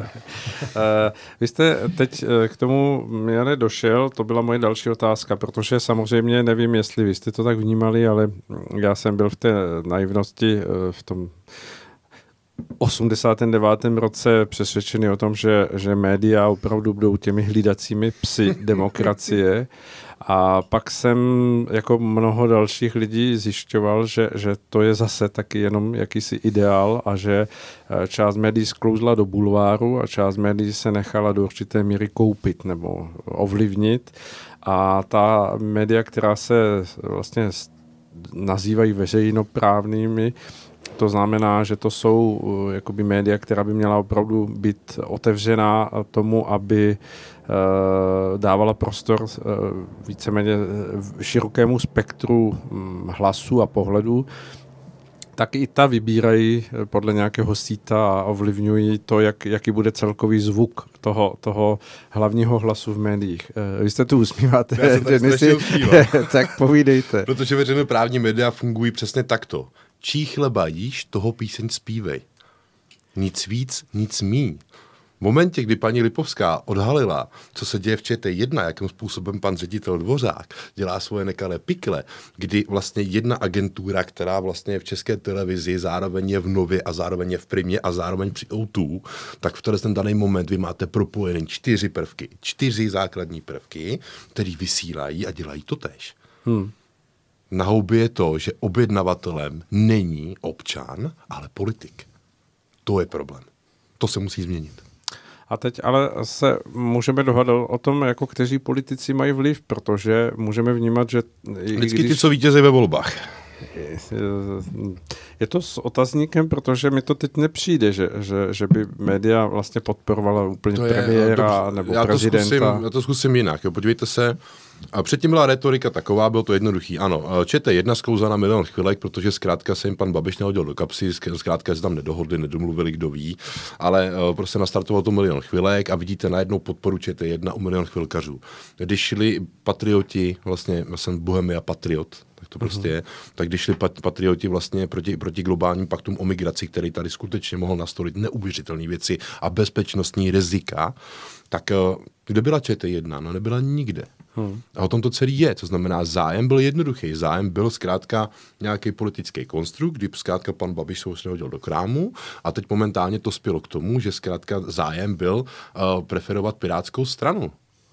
Vy jste teď k tomu Jane došel, to byla moje další otázka, protože samozřejmě nevím, jestli vy jste to tak vnímali, ale já jsem byl v té naivnosti v tom osmdesátém devátém roce přesvědčený o tom, že, že média opravdu budou těmi hlídacími psy demokracie. A pak jsem jako mnoho dalších lidí zjišťoval, že, že to je zase taky jenom jakýsi ideál a že část médií sklouzla do bulváru a část médií se nechala do určité míry koupit nebo ovlivnit. A ta média, která se vlastně nazývají veřejnoprávnými, to znamená, že to jsou jakoby média, která by měla opravdu být otevřená tomu, aby dávala prostor víceméně širokému spektru hlasů a pohledů, tak i ta vybírají podle nějakého síta a ovlivňují to, jak, jaký bude celkový zvuk toho, toho hlavního hlasu v médiích. Vy jste tu usmíváte, Já se tak si, tak povídejte. Protože veřejnoprávní média fungují přesně takto. Čí chleba jíš, toho píseň zpívej. Nic víc, nic míň. V momentě, kdy paní Lipovská odhalila, co se děje v Č T jedna, jakým způsobem pan ředitel Dvořák dělá svoje nekalé pikle, kdy vlastně jedna agentura, která vlastně je v České televizi, zároveň je v Nově a zároveň je v Primě a zároveň při O dva, tak v ten daný moment vy máte propojený čtyři prvky, čtyři základní prvky, které vysílají a dělají to též. Hmm. Na houbě je to, že objednavatelem není občan, ale politik. To je problém. To se musí změnit. A teď ale se můžeme dohadat o tom, jako kteří politici mají vliv, protože můžeme vnímat, že... Vždycky když... ti, co vítězí ve volbách. Je to s otazníkem, protože mi to teď nepřijde, že, že, že by média vlastně podporovala úplně to premiéra je, nebo já prezidenta. To zkusím, já to zkusím jinak. Jo. Podívejte se, a předtím byla retorika taková, bylo to jednoduchý. Ano, Č T jedna sklouzla na milion chvilek, protože zkrátka se jim pan Babiš nehodil do kapsy, zkrátka se tam nedohodli, nedomluvili, kdo ví, ale uh, prostě nastartoval to milion chvilek a vidíte najednou podporu Č T jedna u milion chvilkařů. Když šli patrioti, vlastně já jsem Bohemia patriot, tak to prostě je, tak když šli pat, patrioti vlastně proti, proti globálním paktům o migraci, který tady skutečně mohl nastolit neuvěřitelné věci a bezpečnostní rizika, tak uh, kde byla Č T jedna? No nebyla nikde. Hmm. A o tom to celý je. To znamená, zájem byl jednoduchý. Zájem byl zkrátka nějaký politický konstrukt, kdy zkrátka pan Babiš se už nehodil do krámu a teď momentálně to spělo k tomu, že zkrátka zájem byl uh, preferovat pirátskou stranu.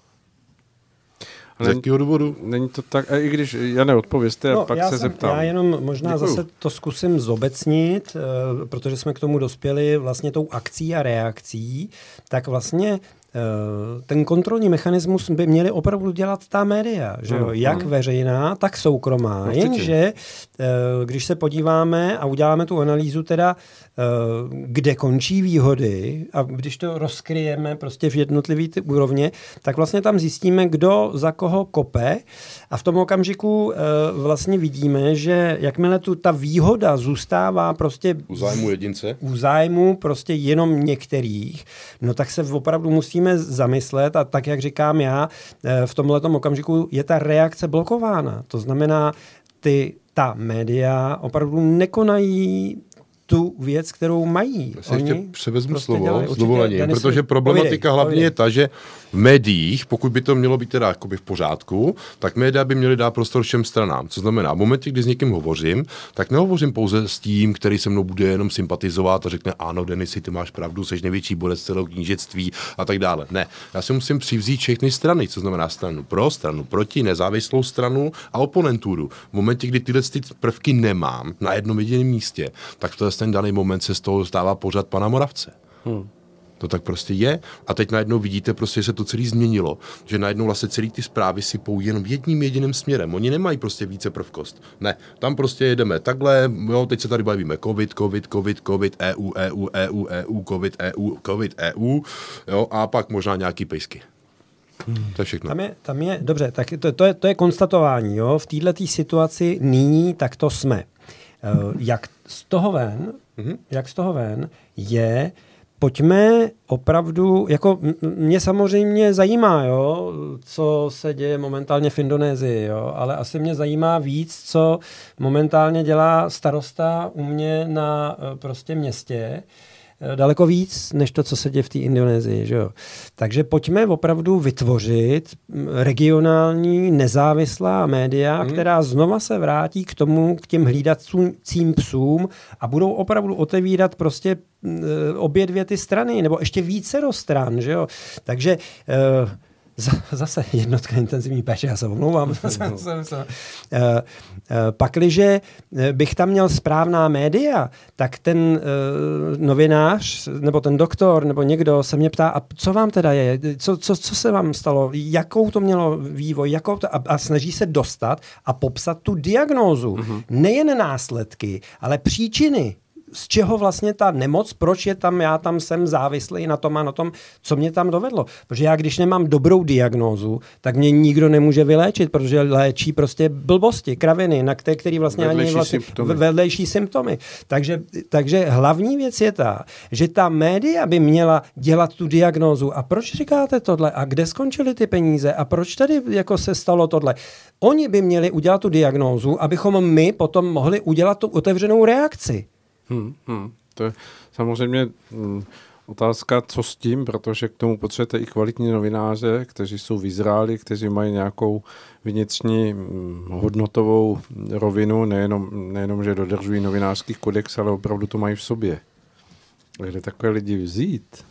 Z jakého důvodu? Není to tak, a i když já neodpovězte, no, pak já se jsem, zeptám. Já jenom možná Děkuju. Zase to zkusím zobecnit, uh, protože jsme k tomu dospěli vlastně tou akcí a reakcí, tak vlastně ten kontrolní mechanismus by měli opravdu dělat ta média, že jo? Jak veřejná, tak soukromá. Určitě. Jenže když se podíváme a uděláme tu analýzu teda, kde končí výhody a když to rozkryjeme prostě v jednotlivý ty úrovně, tak vlastně tam zjistíme, kdo za koho kope a v tom okamžiku vlastně vidíme, že jakmile tu ta výhoda zůstává prostě u zájmu jedince, u zájmu prostě jenom některých, no tak se opravdu musíme zamyslet a tak, jak říkám já, v tomhletom okamžiku je ta reakce blokována. To znamená, ty, ta média opravdu nekonají tu věc, kterou mají. Já si ještě převezmu prostě slovo s dovolením, protože problematika povídej, hlavně povídej. je ta, že v médiích, pokud by to mělo být teda jakoby v pořádku, tak média by měly dát prostor všem stranám. Co znamená, v momentě, kdy s někým hovořím, tak nehovořím pouze s tím, který se mnou bude jenom sympatizovat a řekne, ano, Denisi, ty máš pravdu, jsi největší borec celého knížectví a tak dále. Ne, já si musím přivzít všechny strany, co znamená stranu pro, stranu proti, nezávislou stranu a oponenturu. V momentě, kdy tyhle ty prvky nemám na jednom jediném místě, tak v ten daný moment se z toho stává pořad pana Moravce. Hmm. To tak prostě je. A teď najednou vidíte, prostě se to celé změnilo, že najednou vlastně celý ty zprávy sypou jenom jedním jediným směrem. Oni nemají prostě více prvkost. Ne, tam prostě jedeme takhle, jo, teď se tady bavíme covid, covid, covid, covid, EU, EU, EU, EU, covid, EU, covid, EU, jo, a pak možná nějaký pejsky. Hmm. To je všechno. Tam je, tam je, dobře, tak to, to, je, to je konstatování, jo, v této situaci nyní tak to jsme. Uh, jak z toho ven, mm-hmm. jak z toho ven je, pojďme opravdu, jako mě samozřejmě zajímá, jo, co se děje momentálně v Indonésii, jo, ale asi mě zajímá víc, co momentálně dělá starosta u mě na prostě městě, daleko víc, než to, co se děje v té Indonésii. Že jo? Takže pojďme opravdu vytvořit regionální nezávislá média, hmm. která znova se vrátí k tomu, k těm hlídacím psům a budou opravdu otevírat prostě obě dvě ty strany, nebo ještě více do stran. Že jo? Takže uh, zase jednotka intenzivní péče, já se omlouvám. Pakliže bych tam měl správná média, tak ten uh, novinář, nebo ten doktor, nebo někdo se mě ptá, a co vám teda je? Co, co, co se vám stalo? Jakou to mělo vývoj? Jakou to, a, a snaží se dostat a popsat tu diagnózu. Mm-hmm. Nejen následky, ale příčiny. Z čeho vlastně ta nemoc, proč je tam, já tam jsem závislý na tom a na tom, co mě tam dovedlo. Protože já, když nemám dobrou diagnózu, tak mě nikdo nemůže vyléčit, protože léčí prostě blbosti, kraviny, na které, který vlastně vedlejší ani vlastně symptomy. vedlejší symptomy. Takže, takže hlavní věc je ta, že ta média by měla dělat tu diagnózu. A proč říkáte tohle? A kde skončily ty peníze? A proč tady jako se stalo tohle? Oni by měli udělat tu diagnózu, abychom my potom mohli udělat tu otevřenou reakci. Hmm, hmm. To je samozřejmě hm, otázka, co s tím, protože k tomu potřebujete i kvalitní novináře, kteří jsou v Izraeli, kteří mají nějakou vnitřní hm, hodnotovou rovinu, nejenom, nejenom, že dodržují novinářský kodex, ale opravdu to mají v sobě. Kde takové lidi vzít?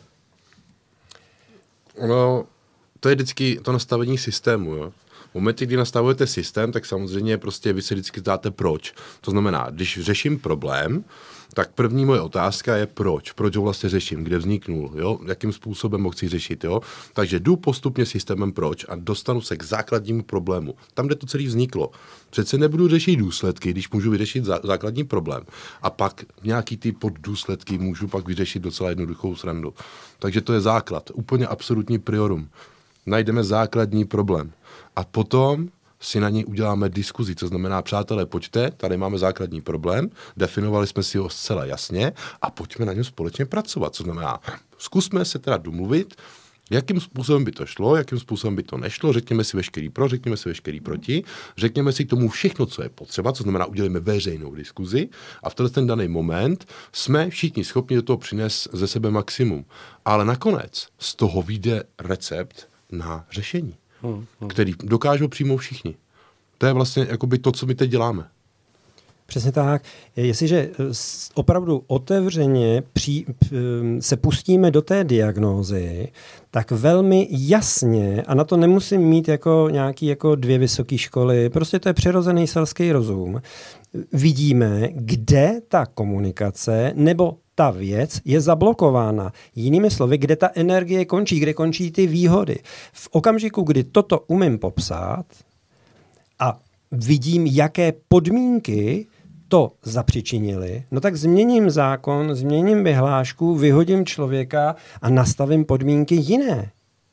No, to je vždycky to nastavení systému, jo. V momentě, kdy nastavujete systém, tak samozřejmě prostě vy si vždycky dáte proč. To znamená, když řeším problém, tak první moje otázka je proč. Proč ho vlastně řeším, kde vzniknul, jo? Jakým způsobem ho chci řešit. Jo? Takže jdu postupně systémem proč a dostanu se k základnímu problému. Tam, kde to celé vzniklo. Přece nebudu řešit důsledky, když můžu vyřešit zá- základní problém. A pak nějaký ty poddůsledky můžu pak vyřešit docela jednoduchou srandu. Takže to je základ. Úplně absolutní priorum. Najdeme základní problém. A potom si na něj uděláme diskuzi, co znamená, přátelé, pojďte, tady máme základní problém, definovali jsme si ho zcela jasně a pojďme na něm společně pracovat, co znamená, zkusme se teda domluvit, jakým způsobem by to šlo, jakým způsobem by to nešlo, řekněme si veškerý pro, řekněme si veškerý proti, řekněme si k tomu všechno, co je potřeba, co znamená, udělíme veřejnou diskuzi a v tenhle ten daný moment jsme všichni schopni do toho přinést ze sebe maximum. Ale nakonec z toho vyjde recept na řešení, hmm, hmm. který dokážou přijmout všichni. To je vlastně jakoby to, co my teď děláme. Přesně tak. Jestliže opravdu otevřeně při, se pustíme do té diagnózy, tak velmi jasně, a na to nemusím mít jako nějaký jako dvě vysoké školy, prostě to je přirozený selský rozum, vidíme, kde ta komunikace nebo ta věc je zablokována. Jinými slovy, kde ta energie končí, kde končí ty výhody. V okamžiku, kdy toto umím popsat a vidím, jaké podmínky to zapřičinili, no tak změním zákon, změním vyhlášku, vyhodím člověka a nastavím podmínky jiné.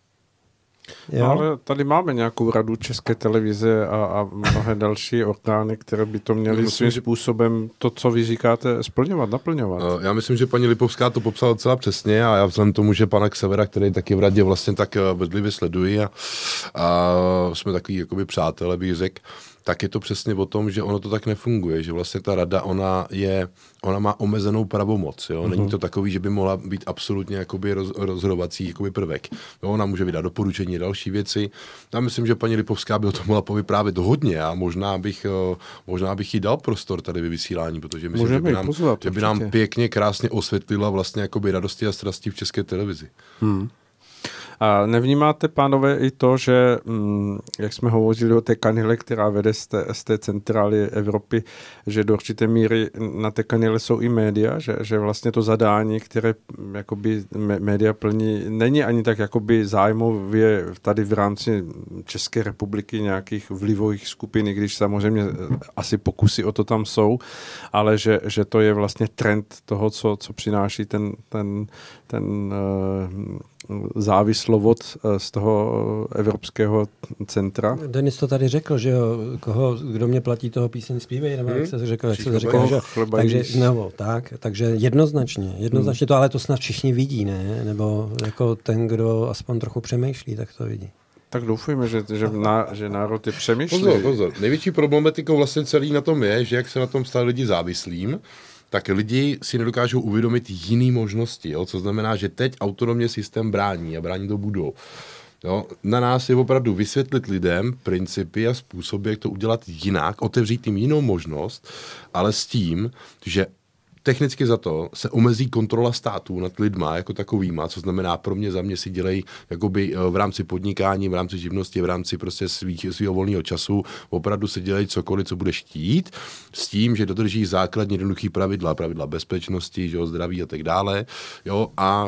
Jo? No, ale tady máme nějakou radu České televize a, a mnohé další orgány, které by to měly myslím, svým že... způsobem to, co vy říkáte, splňovat, naplňovat. Já myslím, že paní Lipovská to popsala docela přesně a já vzhledem tomu, že pana Xavera, který taky v radě vlastně tak bedlivě sleduji a, a jsme takový jakoby přátelé, bych řekl, tak je to přesně o tom, že ono to tak nefunguje, že vlastně ta rada, ona je, ona má omezenou pravomoc, jo? Není to takový, že by mohla být absolutně jakoby roz, rozhodovací jakoby prvek. Jo? Ona může vydat doporučení, další věci. Já myslím, že paní Lipovská by o tom mohla povyprávět hodně a možná bych, možná bych jí dal prostor tady ve vysílání, protože myslím, že by, nám, pozvat, že by nám pěkně, krásně osvětlila vlastně jakoby radosti a strasti v České televizi. Hmm. A nevnímáte, pánové, i to, že, jak jsme hovořili o té kanile, která vede z té, z té centrály Evropy, že do určité míry na té kanile jsou i média, že, že vlastně to zadání, které jakoby média plní, není ani tak jakoby zájmově tady v rámci České republiky nějakých vlivových skupin, i když samozřejmě asi pokusy o to tam jsou, ale že, že to je vlastně trend toho, co, co přináší ten, ten, ten uh, závislovod z toho evropského centra. Denis to tady řekl, že jo, koho, kdo mě platí, toho píseň zpívej, nebo hmm. jak se řekl, jak se řekl, že, takže, nebo, tak, takže jednoznačně, jednoznačně hmm. to, ale to snad všichni vidí, ne? Nebo jako ten, kdo aspoň trochu přemýšlí, tak to vidí. Tak doufujeme, že, že, ná, že národ je přemýšlí. Pozor, pozor. Největší problematikou vlastně celý na tom je, že jak se na tom stali lidi závislým, tak lidi si nedokážou uvědomit jiné možnosti, jo? Co znamená, že teď autonomně systém brání a brání to budou. Jo? Na nás je opravdu vysvětlit lidem principy a způsoby, jak to udělat jinak, otevřít jim jinou možnost, ale s tím, že technicky za to se omezí kontrola států nad lidma jako takovýma, co znamená pro mě, za mě si dělají jakoby v rámci podnikání, v rámci živnosti, v rámci prostě svých, svého volného času, opravdu si dělají cokoliv, co bude chtít, s tím, že dodrží základní jednoduchý pravidla, pravidla bezpečnosti, že jo, zdraví a tak dále. Jo, a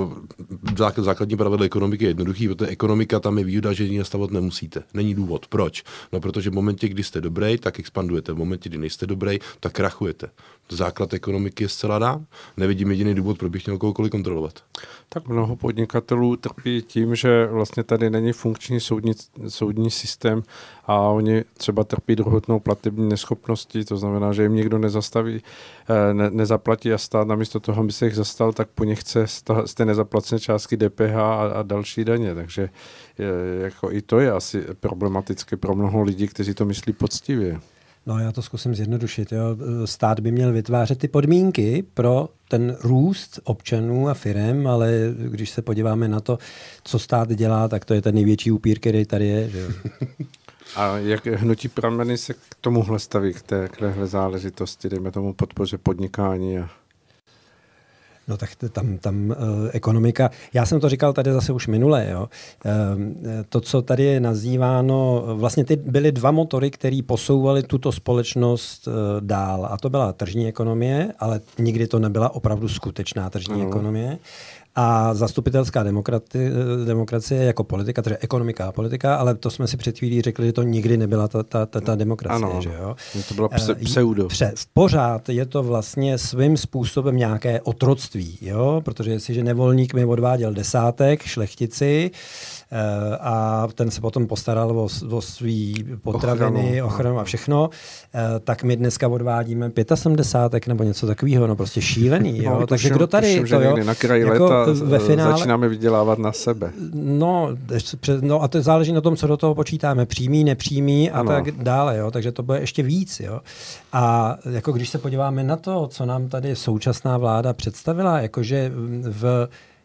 uh, základní pravidla ekonomiky je jednoduchý, protože ekonomika tam je výhoda, že ji nastavovat nemusíte. Není důvod. Proč? No, protože v momentě, kdy jste dobrý, tak expandujete. V momentě, kdy nejste dobrý, tak krachujete. Základ ekonomiky je zcela dán. Nevidím jediný důvod, proč bych měl kohokoliv kontrolovat. Tak mnoho podnikatelů trpí tím, že vlastně tady není funkční soudní, soudní systém a oni třeba trpí druhotnou platební neschopností, to znamená, že jim nikdo nezastaví, ne, nezaplatí a stát namísto toho, aby se jich zastal, tak po nich chce z té nezaplacené částky D P H a, a další daně. Takže je, jako i to je asi problematické pro mnoho lidí, kteří to myslí poctivě. No, já to zkusím zjednodušit. Jo. Stát by měl vytvářet ty podmínky pro ten růst občanů a firem, ale když se podíváme na to, co stát dělá, tak to je ten největší upír, který tady je. Že? A jak Hnutí prameny se k tomuhle staví, k téhle záležitosti, dejme tomu podpoře podnikání a No tak tam, tam uh, ekonomika, já jsem to říkal tady zase už minule, jo. Uh, to, co tady je nazýváno, vlastně ty byly dva motory, které posouvaly tuto společnost uh, dál. A to byla tržní ekonomie, ale nikdy to nebyla opravdu skutečná tržní ano. ekonomie. A zastupitelská demokrati, demokracie jako politika, tedy ekonomika a politika, ale to jsme si před chvílí řekli, že to nikdy nebyla ta, ta, ta, ta demokracie. Ano, že jo? To bylo pse, pseudo. Pře, pořád je to vlastně svým způsobem nějaké otroctví, jo? Protože jestliže nevolník mi odváděl desátek šlechtici a ten se potom postaral o, o svý potraviny, ochranu a všechno, tak my dneska odvádíme sedmdesátek nebo něco takového, no prostě šílený. Jo? No, Takže kdo tady... Tuším, to, jo, na kraji jako leta ve finále, začínáme vydělávat na sebe. No, no a to záleží na tom, co do toho počítáme. Přímý, nepřímý a ano. tak dále. Jo? Takže to bude ještě víc. Jo? A jako když se podíváme na to, co nám tady současná vláda představila, jakože v...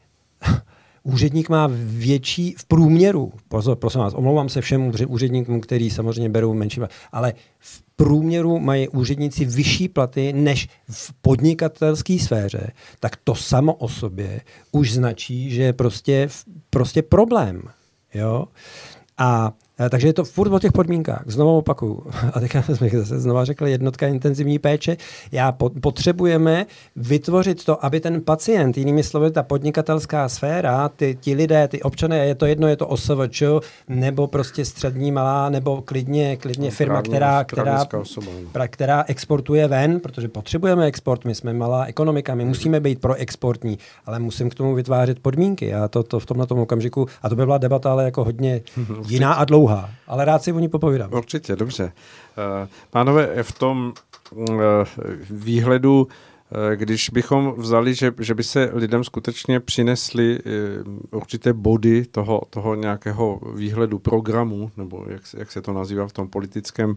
úředník má větší v průměru, pozor, prosím vás, omlouvám se všem úředníkům, kteří samozřejmě berou menší, ale v průměru mají úředníci vyšší platy než v podnikatelské sféře, tak to samo o sobě už značí, že je prostě, prostě problém. Jo? A takže je to furt o těch podmínkách. Znovu opakuju. A teďka jsme zase znova řekli, jednotka intenzivní péče. Já potřebujeme vytvořit to, aby ten pacient, jinými slovy, ta podnikatelská sféra, ty, ti lidé, ty občané, je to jedno, je to O S V Č, nebo prostě střední, malá, nebo klidně, klidně firma, která, která, která exportuje ven, protože potřebujeme export, my jsme malá ekonomika, my musíme být proexportní, ale musím k tomu vytvářet podmínky. A to, to v tomhle tomu okamžiku, a to by byla debata, ale jako hodně jiná a dlouhá. Ale rád si o ní popovídám. Určitě, dobře. Pánové, v tom výhledu když bychom vzali, že, že by se lidem skutečně přinesly určité body toho, toho nějakého výhledu programu, nebo jak, jak se to nazývá v tom politickém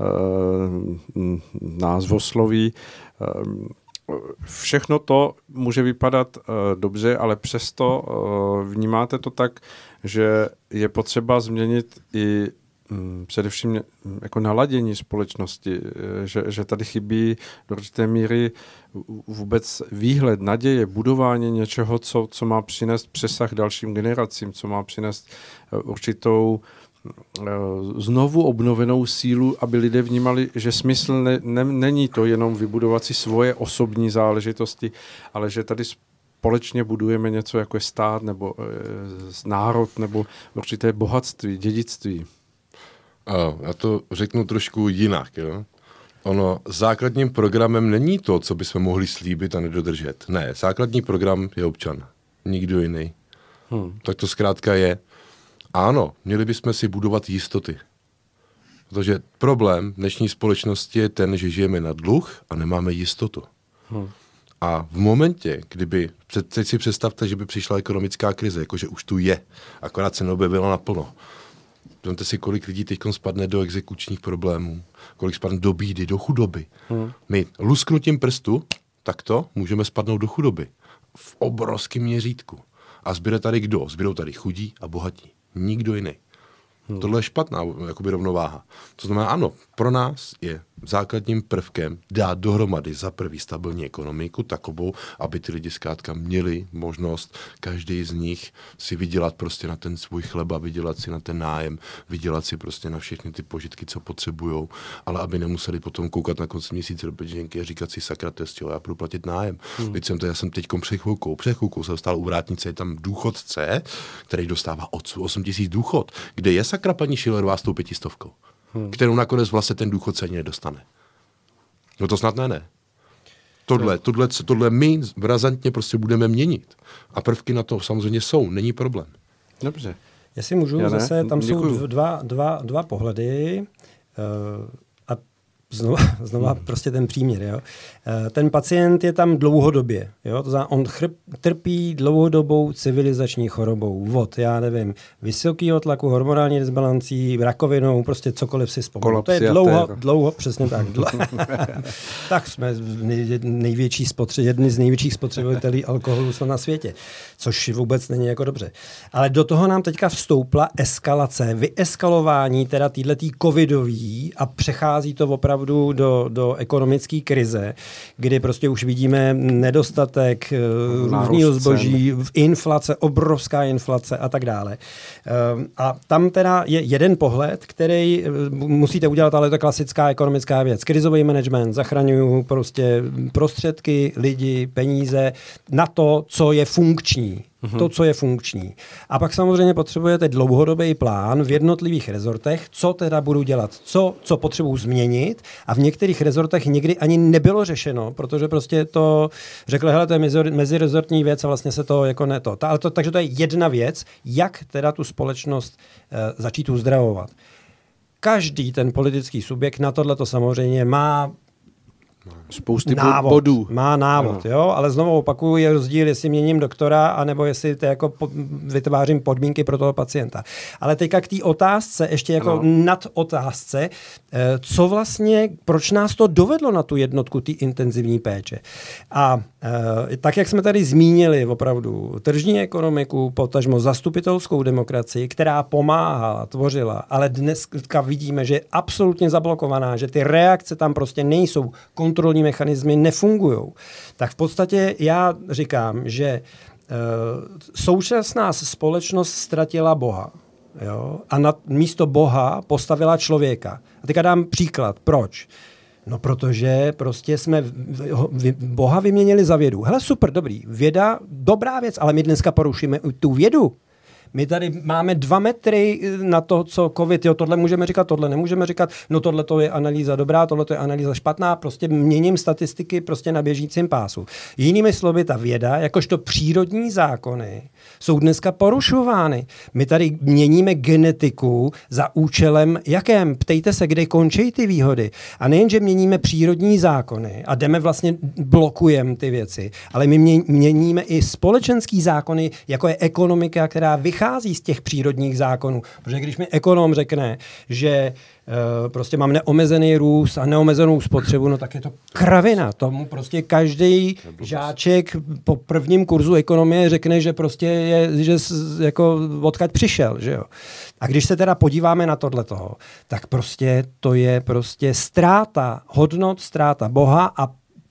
uh, názvosloví, uh, všechno to může vypadat uh, dobře, ale přesto uh, vnímáte to tak, že je potřeba změnit i um, především jako naladění společnosti, že, že tady chybí do určité míry vůbec výhled, naděje, budování něčeho, co, co má přinést přesah dalším generacím, co má přinést uh, určitou znovu obnovenou sílu, aby lidé vnímali, že smysl ne, ne, není to jenom vybudovat si svoje osobní záležitosti, ale že tady společně budujeme něco jako je stát nebo e, národ nebo určité bohatství, dědictví. A já to řeknu trošku jinak. Jo? Ono základním programem není to, co bychom mohli slíbit a nedodržet. Ne, základní program je občan. Nikdo jiný. Hmm. Tak to zkrátka je. Ano, měli bychom si budovat jistoty. Protože problém dnešní společnosti je ten, že žijeme na dluh a nemáme jistotu. Hmm. A v momentě, kdyby, teď si představte, že by přišla ekonomická krize, jakože už tu je, akorát se neobjevila naplno. Vemte si, kolik lidí teď spadne do exekučních problémů, kolik spadne do bídy, do chudoby. Hmm. My lusknutím prstu, takto můžeme spadnout do chudoby. V obrovském měřítku. A zbyde tady kdo? Zbydou tady chudí a bohatí. Nikdo jiný. Hmm. Tohle je špatná jakoby rovnováha. To znamená, ano, pro nás je základním prvkem dát dohromady za prvý stabilní ekonomiku takovou, aby ty lidi zkrátka měli možnost, každý z nich si vydělat prostě na ten svůj chleba, vydělat si na ten nájem, vydělat si prostě na všechny ty požitky, co potřebujou, ale aby nemuseli potom koukat na konci měsíce do peněženky a říkat si sakra testio, já budu platit nájem. Hmm. Teď jsem to, já jsem teďkom před chvilkou, před chvilkou jsem dostal u vrátnice, je tam důchodce, který dostává osm tisíc důchod, kde je sakra paní Schillerová s tou pětistovkou. Hmm. Kterou nakonec vlastně ten důchodce ani nedostane. No to snad ne, ne. Tohle, tohle, tohle my razantně prostě budeme měnit. A prvky na to samozřejmě jsou, není problém. Dobře. Jestli můžu, Já zase tam Děkuju. jsou dva, dva, dva pohledy. Uh, a Znova, znova hmm. prostě ten příměr. Jo. Ten pacient je tam dlouhodobě. Jo. To znamená, on chrp, trpí dlouhodobou civilizační chorobou. Vod, já nevím, vysokýho tlaku, hormonální disbalancí, rakovinou, prostě cokoliv si vzpomínám. To je dlouho, dlouho, přesně tak. Tak jsme největší spotře, jedni z největších spotřebitelů alkoholu na světě, což vůbec není jako dobře. Ale do toho nám teďka vstoupla eskalace, vyeskalování teda týhletý covidový a přechází to opravdu Do, do ekonomické krize, kdy prostě už vidíme nedostatek různého zboží, inflace, obrovská inflace a tak dále. A tam teda je jeden pohled, který musíte udělat, ale je to klasická ekonomická věc. Krizový management, zachraňují prostě prostředky, lidi, peníze na to, co je funkční. Mm-hmm. To, co je funkční. A pak samozřejmě potřebujete dlouhodobý plán v jednotlivých rezortech, co teda budu dělat, co, co potřebuji změnit a v některých rezortech nikdy ani nebylo řešeno, protože prostě to řekli, hele, to je mezirezortní věc a vlastně se to jako ne to. Ta, ale to. Takže to je jedna věc, jak teda tu společnost e, začít uzdravovat. Každý ten politický subjekt na tohle to samozřejmě má spousty návod, bodů. Má návod, no. Jo, ale znovu opakuju, je rozdíl, jestli měním doktora, anebo jestli to jako po, vytvářím podmínky pro toho pacienta. Ale teďka k té otázce, ještě jako no. nad otázce, eh, co vlastně, proč nás to dovedlo na tu jednotku té intenzivní péče. A eh, tak, jak jsme tady zmínili opravdu tržní ekonomiku, potažmo zastupitelskou demokracii, která pomáhala, tvořila, ale dneska vidíme, že je absolutně zablokovaná, že ty reakce tam prostě nejsou, kontrolní mechanismy nefungujou. Tak v podstatě já říkám, že e, současná společnost ztratila Boha. Jo? A na místo Boha postavila člověka. A teďka dám příklad. Proč? No protože prostě jsme Boha vyměnili za vědu. Hele, super, dobrý. Věda, dobrá věc, ale my dneska porušíme tu vědu. My tady máme dva metry na to, co covid, jo, tohle můžeme říkat, tohle nemůžeme říkat, no tohle to je analýza dobrá, tohle to je analýza špatná, prostě měním statistiky prostě na běžícím pásu. Jinými slovy, ta věda, jakožto přírodní zákony, jsou dneska porušovány. My tady měníme genetiku za účelem jakém? Ptejte se, kde končí ty výhody. A nejen, že měníme přírodní zákony a jdeme vlastně, blokujeme ty věci, ale my měníme i společenský zákony, jako je ekonomika, která vychází z těch přírodních zákonů. Protože když mi ekonom řekne, že uh, prostě mám neomezený růst a neomezenou spotřebu, no tak je to kravina. Tomu prostě každý žáček po prvním kurzu ekonomie řekne, že prostě je, že jako odkud přišel, že jo. A když se teda podíváme na tohletoho, tak prostě to je prostě ztráta hodnot, ztráta Boha a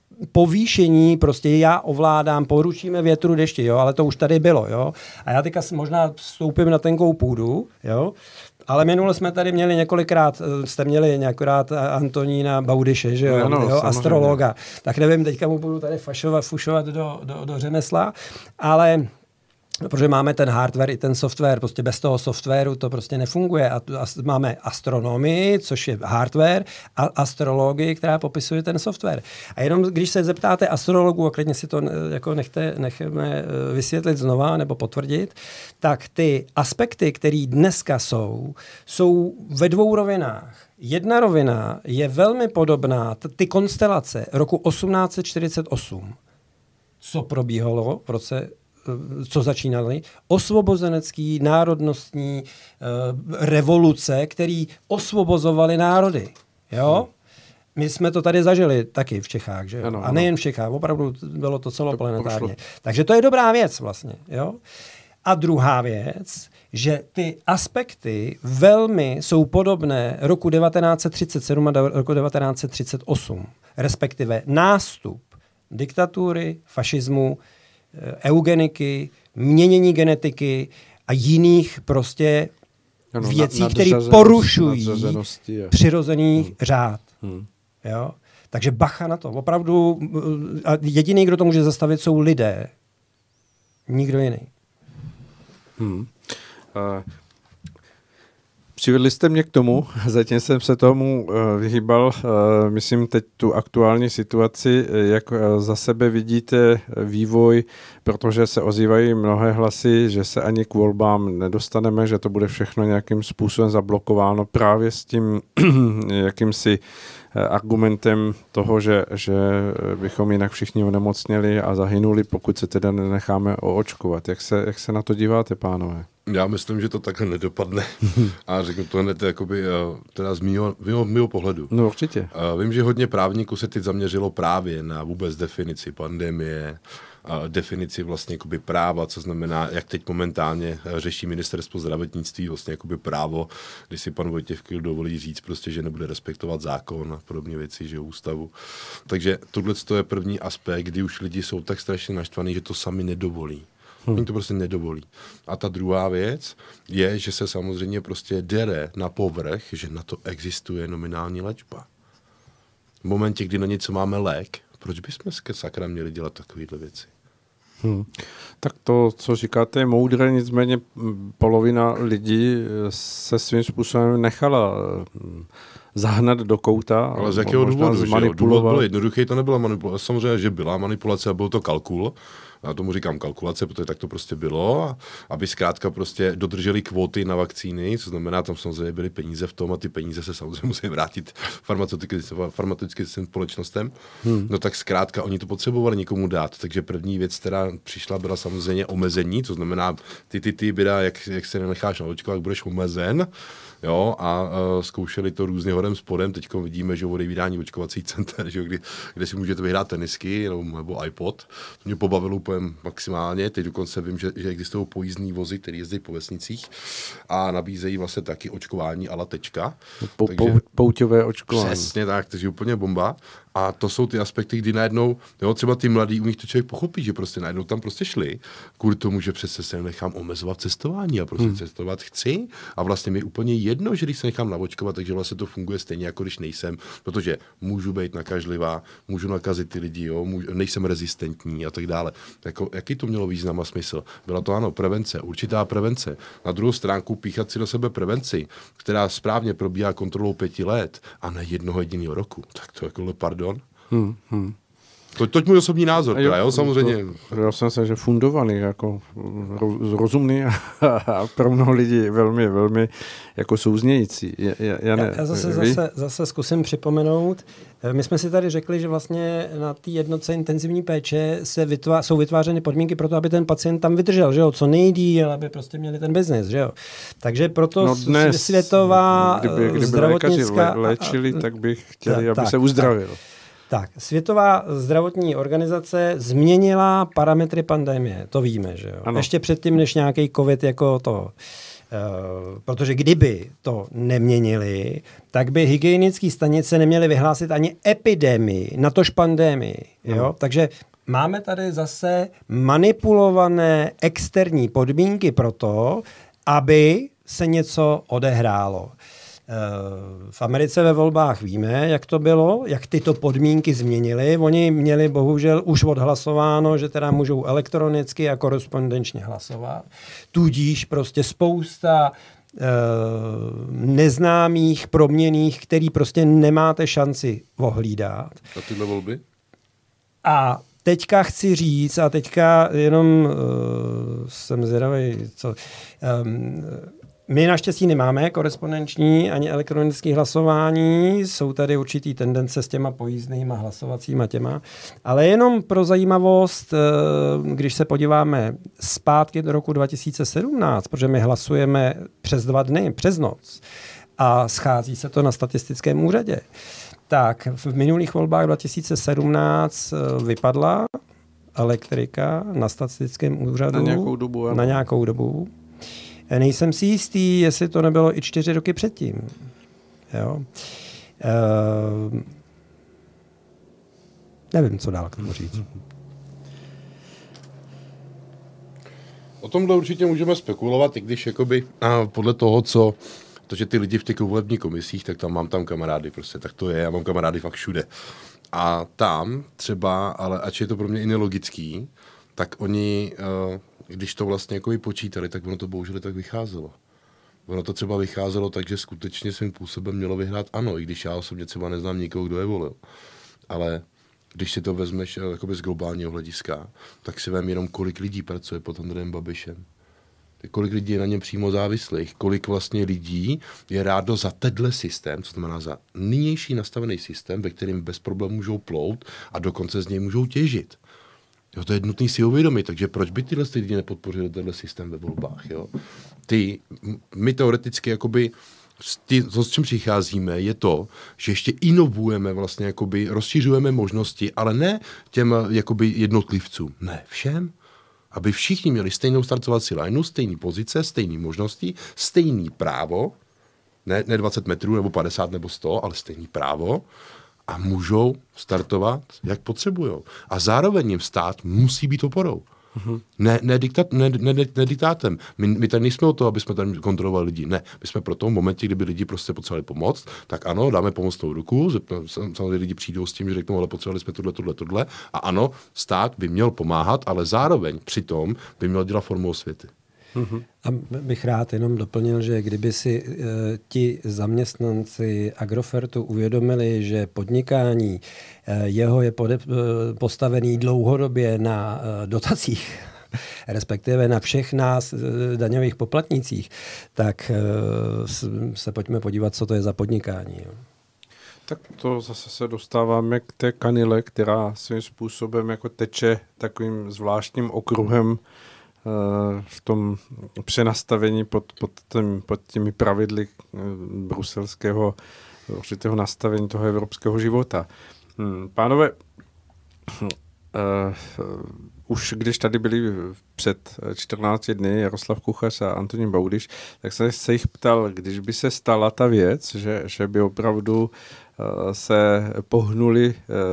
povýšení, prostě já ovládám, poručíme větru, dešti, jo, ale to už tady bylo, jo. A já teďka možná vstoupím na tenkou půdu, jo, ale minule jsme tady měli několikrát, jste měli několikrát Antonína Baudyše, že jo, ano, jo astrologa. Tak nevím, teďka mu budu tady fašovat, fušovat do, do, do řemesla, ale protože máme ten hardware i ten software, prostě bez toho softwaru to prostě nefunguje. A, a máme astronomii, což je hardware, a astrologii, která popisuje ten software. A jenom když se zeptáte astrologů, a klidně si to jako nechte, nechme vysvětlit znova nebo potvrdit, tak ty aspekty, které dneska jsou, jsou ve dvou rovinách. Jedna rovina je velmi podobná, t- ty konstelace roku osmnáct set čtyřicet osm, co probíhalo v roce co začínaly, osvobozenecký, národnostní uh, revoluce, které osvobozovaly národy. Jo? My jsme to tady zažili taky v Čechách, že jo? Ano, ano. A nejen v Čechách, opravdu bylo to celoplanetárně. Takže to je dobrá věc vlastně. Jo? A druhá věc, že ty aspekty velmi jsou podobné roku devatenáct set třicet sedm a roku devatenáct set třicet osm, respektive nástup diktatury, fašismu, eugeniky, měnění genetiky a jiných prostě ano, věcí, které porušují přirozený hmm. řád. Hmm. Jo? Takže bacha na to. Opravdu a jediný, kdo to může zastavit, jsou lidé. Nikdo jiný. Hmm. Uh, přivedli jste mě k tomu, zatím jsem se tomu uh, vyhýbal, uh, myslím teď tu aktuální situaci, jak uh, za sebe vidíte vývoj, protože se ozývají mnohé hlasy, že se ani k volbám nedostaneme, že to bude všechno nějakým způsobem zablokováno právě s tím jakýmsi argumentem toho, že, že bychom jinak všichni onemocněli a zahynuli, pokud se teda nenecháme oočkovat. Jak se, jak se na to díváte, pánové? Já myslím, že to takhle nedopadne. A řeknu to hned jakoby, teda z mýho, mýho, mýho pohledu. No určitě. Vím, že hodně právníků se teď zaměřilo právě na vůbec definici pandemie, definici vlastně jakoby práva, co znamená, jak teď momentálně řeší ministerstvo zdravotnictví vlastně jakoby právo, když si pan Vojtěch Kil dovolí říct prostě, že nebude respektovat zákon a podobně věci, že ústavu. Takže tohle je první aspekt, kdy už lidi jsou tak strašně naštvaní, že to sami nedovolí. Hmm. Oni to prostě nedovolí. A ta druhá věc je, že se samozřejmě prostě dere na povrch, že na to existuje nominální léčba. V momentě, kdy na něco máme lék, proč bychom sakra měli dělat takovéhle věci? Hmm. Tak to, co říkáte, je moudré, nicméně polovina lidí se svým způsobem nechala zahnat do kouta. Ale z jakého důvodu? Důvod byl jednoduchý, to nebyla manipulace. Samozřejmě, že byla manipulace a byl to kalkul. Já tomu říkám kalkulace, protože tak to prostě bylo, aby zkrátka prostě dodrželi kvóty na vakcíny, co znamená, tam samozřejmě byly peníze v tom a ty peníze se samozřejmě musí vrátit farmaceutickým společnostem. Hmm. No tak zkrátka oni to potřebovali někomu dát, takže první věc, která přišla, byla samozřejmě omezení, to znamená, ty, ty, ty, běda, jak, jak se nenecháš naočkovat, budeš omezen. Jo, a uh, zkoušeli to různě horem spodem. Teď vidíme, že odevírání očkovacích center, že, kdy, kde si můžete vyhrát tenisky nebo, nebo iPod. To mě pobavilo úplně maximálně. Teď dokonce vím, že, že existují pojízdní vozy, které jezdí po vesnicích a nabízejí vlastně taky očkování a latečka. Po, takže, pouťové očkování. Přesně tak, takže úplně bomba. A to jsou ty aspekty, kdy najednou, jo, třeba ty mladí, u nich to člověk pochopí, že prostě najednou tam prostě šli, kvůli tomu, že přece se nechám omezovat cestování a prostě hmm. cestovat chci a vlastně mi je úplně jedno, že když se nechám navočkovat, takže vlastně to funguje stejně, jako když nejsem, protože můžu být nakažlivá, můžu nakazit ty lidi, jo, můžu, nejsem rezistentní a tak dále. Jako, jaký to mělo význam a smysl? Byla to ano, prevence, určitá prevence. Na druhou stránku píchat si do sebe prevenci, která správně probíhá kontrolou pěti let a ne jednoho jediného roku. Tak to jako pardon. Hmm, hmm. To, toť můj osobní názor, jo, teda, jo, samozřejmě. To, já jsem se, že fundovaný, jako rozumný a, a pro mnoho lidí velmi, velmi jako souznějící. Já, já, ne, já zase, zase, zase zkusím připomenout. My jsme si tady řekli, že vlastně na té jednotce intenzivní péče se vytvá, jsou vytvářeny podmínky pro to, aby ten pacient tam vydržel, že jo, co nejdýl, aby prostě měli ten biznis, že jo. Takže proto no dnes, světová kdyby, kdyby zdravotnická... lékaři léčili, tak bych chtěli, tak, aby se uzdravil. Tak. Tak, Světová zdravotní organizace změnila parametry pandemie, to víme, že jo. Ano. Ještě předtím, než nějaký covid jako to, uh, protože kdyby to neměnili, tak by hygienické stanice neměly vyhlásit ani epidemii, natož pandemii, jo. Ano. Takže máme tady zase manipulované externí podmínky pro to, aby se něco odehrálo. V Americe ve volbách víme, jak to bylo, jak tyto podmínky změnily. Oni měli bohužel už odhlasováno, že teda můžou elektronicky a korespondenčně hlasovat. Tudíž prostě spousta e, neznámých proměnných, který prostě nemáte šanci ohlídat. A tyhle volby? A teďka chci říct, a teďka jenom uh, jsem zvědavý, co... Um, My naštěstí nemáme korespondenční ani elektronické hlasování, jsou tady určitý tendence s těma pojízdnýma hlasovacíma těma, ale jenom pro zajímavost, když se podíváme zpátky do roku dva tisíce sedmnáct, protože my hlasujeme přes dva dny, přes noc a schází se to na statistickém úřadě, tak v minulých volbách dva tisíce sedmnáct vypadla elektrika na statistickém úřadu na nějakou dobu. Na nějakou dobu. Nejsem si jistý, jestli to nebylo i čtyři roky předtím. Jo. Uh, nevím, co dál k tomu říct. O tomhle určitě můžeme spekulovat, i když jakoby a podle toho, co to, že ty lidi v těch volebních komisích, tak tam mám tam kamarády prostě, tak to je, já mám kamarády fakt všude. A tam třeba, ale ač je to pro mě i nelogický, tak oni... Uh, když to vlastně jako počítali, tak ono to bohužel tak vycházelo. Ono to třeba vycházelo tak, že skutečně svým způsobem mělo vyhrát ano, i když já osobně třeba neznám nikoho, kdo je volil. Ale když si to vezmeš jakoby z globálního hlediska, tak si vem jenom, kolik lidí pracuje pod Andrejem Babišem. Kolik lidí je na něm přímo závislých, kolik vlastně lidí je rádo za tenhle systém, co znamená za nynější nastavený systém, ve kterým bez problémů můžou plout a dokonce z něj můžou těžit. Jo, to je nutný si uvědomit, takže proč by tyhle lidi nepodpořili tenhle systém ve volbách, jo? Ty, my teoreticky jakoby, ty, to, s čím přicházíme, je to, že ještě inovujeme vlastně, jakoby, rozšiřujeme možnosti, ale ne těm jakoby jednotlivcům, ne všem, aby všichni měli stejnou startovací lineu, stejné pozice, stejné možnosti, stejný právo, ne, ne dvacet metrů nebo padesát nebo sto, ale stejný právo, a můžou startovat, jak potřebujou. A zároveň jim stát musí být oporou. Uh-huh. Ne, ne, diktat, ne, ne, ne diktátem. My, my tady nejsme o to, aby jsme tady kontrolovali lidi. Ne, my jsme proto v momentě, kdyby lidi prostě potřebovali pomoct, tak ano, dáme pomocnou ruku, samozřejmě lidi přijdou s tím, že řeknou, ale potřebovali jsme tohle, tohle, tohle. A ano, stát by měl pomáhat, ale zároveň přitom by měl dělat formu osvěty. Mm-hmm. A bych rád jenom doplnil, že kdyby si e, ti zaměstnanci Agrofertu uvědomili, že podnikání e, jeho je pode, e, postavený dlouhodobě na e, dotacích, respektive na všech nás e, daňových poplatnících, tak e, se pojďme podívat, co to je za podnikání. Jo. Tak to zase se dostáváme k té kanile, která svým způsobem jako teče takovým zvláštním okruhem v tom přenastavení pod, pod, tím, pod těmi pravidly bruselského určitého nastavení toho evropského života. Pánové, uh, už když tady byli před čtrnácti dny Jaroslav Kuchař a Antonín Baudyš, tak jsem se jich ptal, když by se stala ta věc, že, že by opravdu se pohnuly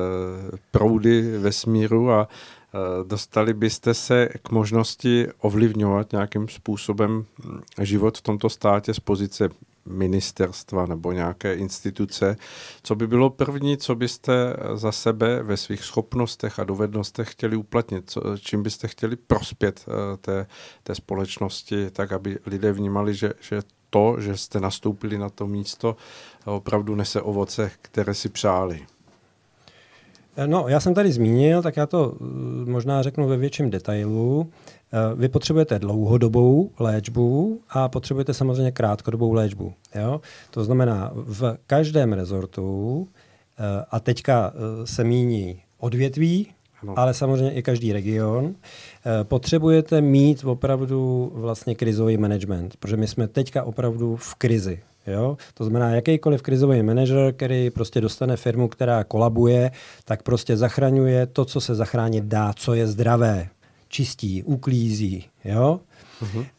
proudy vesmíru a dostali byste se k možnosti ovlivňovat nějakým způsobem život v tomto státě z pozice ministerstva nebo nějaké instituce. Co by bylo první, co byste za sebe ve svých schopnostech a dovednostech chtěli uplatnit? Co, čím byste chtěli prospět té, té společnosti, tak aby lidé vnímali, že, že to, že jste nastoupili na to místo, opravdu nese ovoce, které si přáli? No, já jsem tady zmínil, tak já to možná řeknu ve větším detailu. Vy potřebujete dlouhodobou léčbu a potřebujete samozřejmě krátkodobou léčbu. Jo? To znamená, v každém rezortu, a teďka se míní odvětví, ano. ale samozřejmě i každý region, potřebujete mít opravdu vlastně krizový management, protože my jsme teďka opravdu v krizi. Jo? To znamená, jakýkoliv krizový manažer, který prostě dostane firmu, která kolabuje, tak prostě zachraňuje to, co se zachránit dá, co je zdravé, čistí, uklízí, jo? Uh-huh. Uh,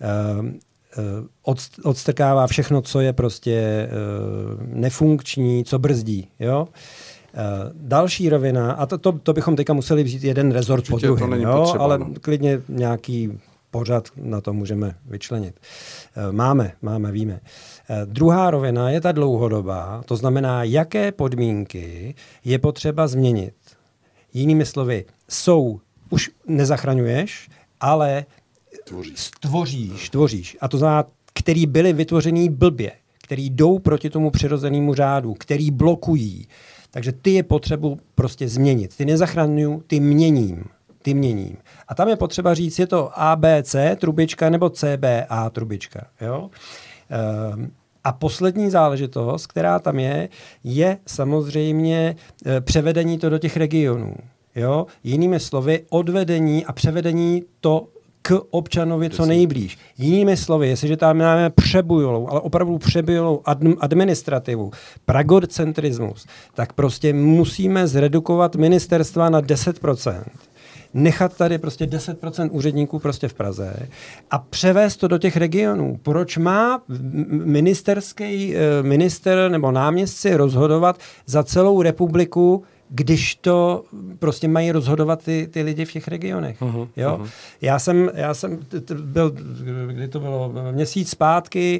uh, od, odstrkává všechno, co je prostě uh, nefunkční, co brzdí, jo? Uh, další rovina, a to, to, to bychom teďka museli vzít jeden rezort po druhém, jo? Potřeba, ale no. klidně nějaký pořad na to můžeme vyčlenit. Uh, máme, máme, víme. Uh, druhá rovina je ta dlouhodobá, to znamená, jaké podmínky je potřeba změnit. Jinými slovy, jsou už nezachraňuješ, ale tvoříš. tvoříš, tvoříš. A to znamená, který byly vytvořený blbě, který jdou proti tomu přirozenému řádu, který blokují. Takže ty je potřebu prostě změnit. Ty nezachraňuju, ty měním. Ty měním. A tam je potřeba říct, je to A B C trubička nebo C B A trubička. Jo? Ehm, A poslední záležitost, která tam je, je samozřejmě e, převedení to do těch regionů. Jo? Jinými slovy, odvedení a převedení to k občanovi co nejblíž. Jinými slovy, jestliže tam máme přebujolou, ale opravdu přebujolou ad- administrativu, pragocentrismus, tak prostě musíme zredukovat ministerstva na deset procent. Nechat tady prostě deset procent úředníků prostě v Praze a převést to do těch regionů. Proč má ministerský minister nebo náměstci rozhodovat za celou republiku, když to prostě mají rozhodovat ty, ty lidi v těch regionech. Uh-huh, jo? Uh-huh. Já jsem, já jsem t- t- byl, kdy to bylo, měsíc zpátky,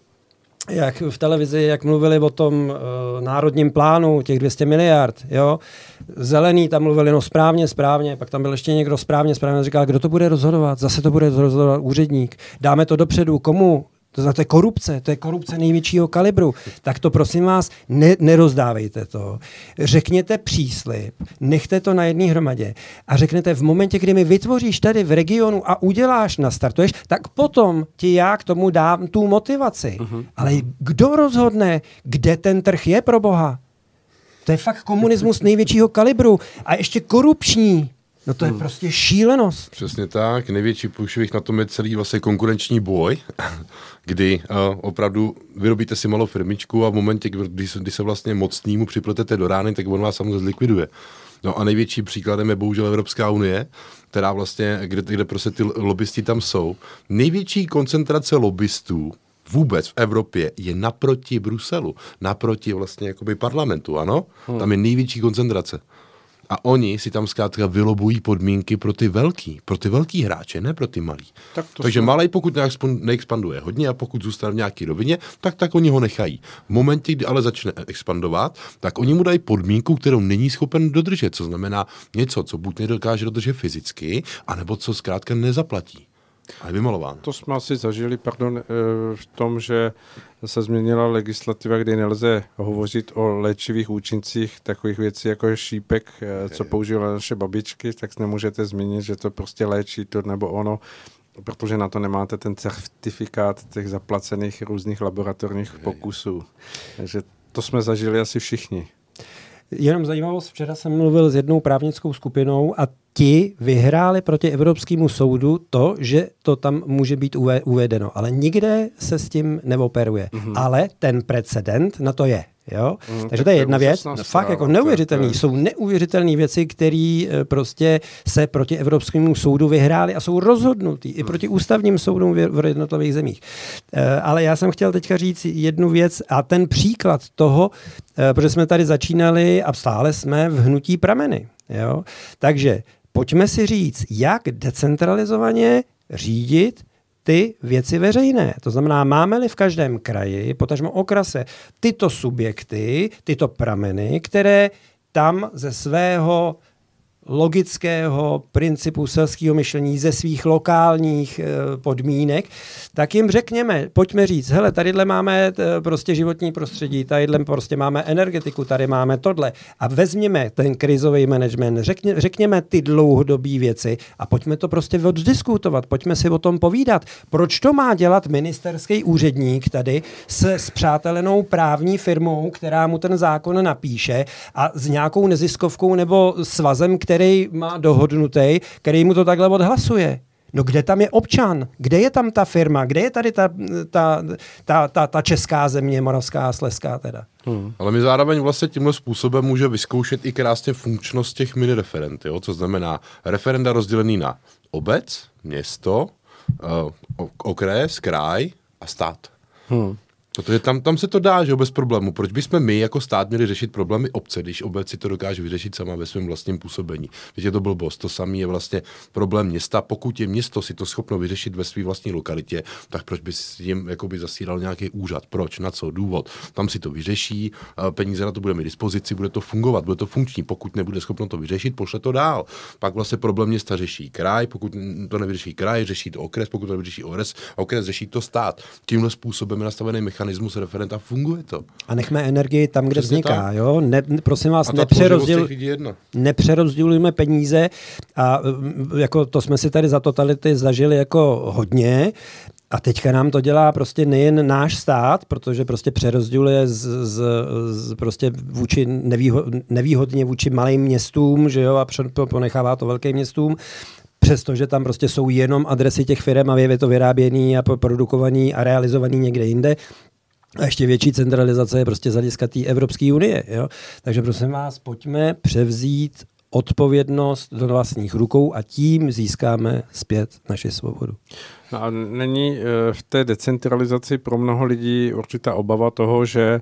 jak v televizi, jak mluvili o tom uh, národním plánu, těch dvě stě miliard, jo. Zelený tam mluvili, no správně, správně, pak tam byl ještě někdo správně, správně, říkal, kdo to bude rozhodovat, zase to bude rozhodovat úředník, dáme to dopředu, komu? To znamená, to je korupce, to je korupce největšího kalibru. Tak to prosím vás, ne, nerozdávejte to. Řekněte příslib, nechte to na jedné hromadě a řeknete, v momentě, kdy mi vytvoříš tady v regionu a uděláš, nastartuješ, tak potom ti já k tomu dám tu motivaci. Uh-huh. Ale kdo rozhodne, kde ten trh je pro Boha? To je fakt komunismus největšího kalibru a ještě korupční. No to je hmm. prostě šílenost. Přesně tak. Největší průšvih na tom je celý vlastně konkurenční boj, kdy uh, opravdu vyrobíte si malou firmičku a v momentě, kdy se, kdy se vlastně mocnýmu připletete do rány, tak on vás samozřejmě zlikviduje. No a největší příkladem je bohužel Evropská unie, která vlastně, kde, kde prostě ty lobbysti tam jsou. Největší koncentrace lobbystů vůbec v Evropě je naproti Bruselu, naproti vlastně jakoby parlamentu, ano? Hmm. Tam je největší koncentrace. A oni si tam zkrátka vylobují podmínky pro ty velký, pro ty velký hráče, ne pro ty malý. Tak Takže jsme... malej, pokud neexpanduje hodně a pokud zůstane v nějaké rovině, tak, tak oni ho nechají. V momentě, kdy ale začne expandovat, tak oni mu dají podmínku, kterou není schopen dodržet, co znamená něco, co buď nedokáže dodržet fyzicky, anebo co zkrátka nezaplatí. A je vymalován. To jsme asi zažili, pardon, v tom, že se změnila legislativa, kdy nelze hovořit o léčivých účincích takových věcí, jako je šípek, co používaly naše babičky, tak nemůžete zmínit, že to prostě léčí to nebo ono, protože na to nemáte ten certifikát těch zaplacených různých laboratorních pokusů. Takže to jsme zažili asi všichni. Jenom zajímavost, včera jsem mluvil s jednou právnickou skupinou a ti vyhráli proti Evropskému soudu to, že to tam může být uvedeno. Ale nikde se s tím neoperuje. Mm-hmm. Ale ten precedent na to je. Jo? Mm, Takže to je jedna věc. Zpráva, Fakt jako neuvěřitelný. Jsou neuvěřitelné věci, které prostě se proti Evropskému soudu vyhrály a jsou rozhodnutý i proti ústavním soudům v jednotlivých zemích. Ale já jsem chtěl teďka říct jednu věc a ten příklad toho, protože jsme tady začínali a stále jsme v hnutí Prameny. Jo? Takže pojďme si říct, jak decentralizovaně řídit ty věci veřejné. To znamená, máme-li v každém kraji, potažmo okrese, tyto subjekty, tyto prameny, které tam ze svého logického principu selského myšlení, ze svých lokálních e, podmínek, tak jim řekněme, pojďme říct, hele, tadyhle máme t, prostě životní prostředí, tadyhle prostě máme energetiku, tady máme tohle a vezměme ten krizový management, řekně, řekněme ty dlouhodobé věci a pojďme to prostě oddiskutovat, pojďme si o tom povídat. Proč to má dělat ministerský úředník tady s spřátelenou právní firmou, která mu ten zákon napíše a s nějakou neziskovkou nebo svazem, který který má dohodnutý, který mu to takhle odhlasuje. No kde tam je občan? Kde je tam ta firma? Kde je tady ta, ta, ta, ta, ta česká země, moravská a slezská teda? Hmm. Ale my zároveň vlastně tímhle způsobem může vyzkoušet i krásně funkčnost těch mini-referent, jo? Co znamená referenda rozdělený na obec, město, uh, okres, kraj a stát. Hmm. Protože tam, tam se to dá, že jo, bez problému. Proč bychom my jako stát měli řešit problémy obce, když obec si to dokáže vyřešit sama ve svém vlastním působení? Když je to blbost, to samé je vlastně problém města. Pokud je město si to schopno vyřešit ve své vlastní lokalitě, tak proč by si jim jakoby zasíral nějaký úřad? Proč? Na co? Důvod? Tam si to vyřeší, peníze na to bude mít dispozici, bude to fungovat, bude to funkční. Pokud nebude schopno to vyřešit, pošle to dál. Pak vlastně problém města řeší kraj, pokud to nevyřeší kraj, řeší to okres, pokud to nevyřeší okres, okres řeší to stát. Tímhle způsobem je nastavený mechanismus referenta, funguje to. A nechme energii tam, kde Přesně vzniká. tak. Jo? Ne, prosím vás, nepřerozděl, nepřerozdělujeme peníze a jako to jsme si tady za totality zažili jako hodně. A teďka nám to dělá prostě nejen náš stát, protože prostě přerozděluje z, z, z prostě vůči nevýho, nevýhodně vůči malým městům, že jo, a ponechává to velkým městům. Přestože tam prostě jsou jenom adresy těch firm a je to vyráběný a produkovaný a realizovaný někde jinde. A ještě větší centralizace je prostě z hlediska té Evropské unie. Jo? Takže prosím vás, pojďme převzít odpovědnost do vlastních rukou a tím získáme zpět naši svobodu. No a není v té decentralizaci pro mnoho lidí určitá obava toho, že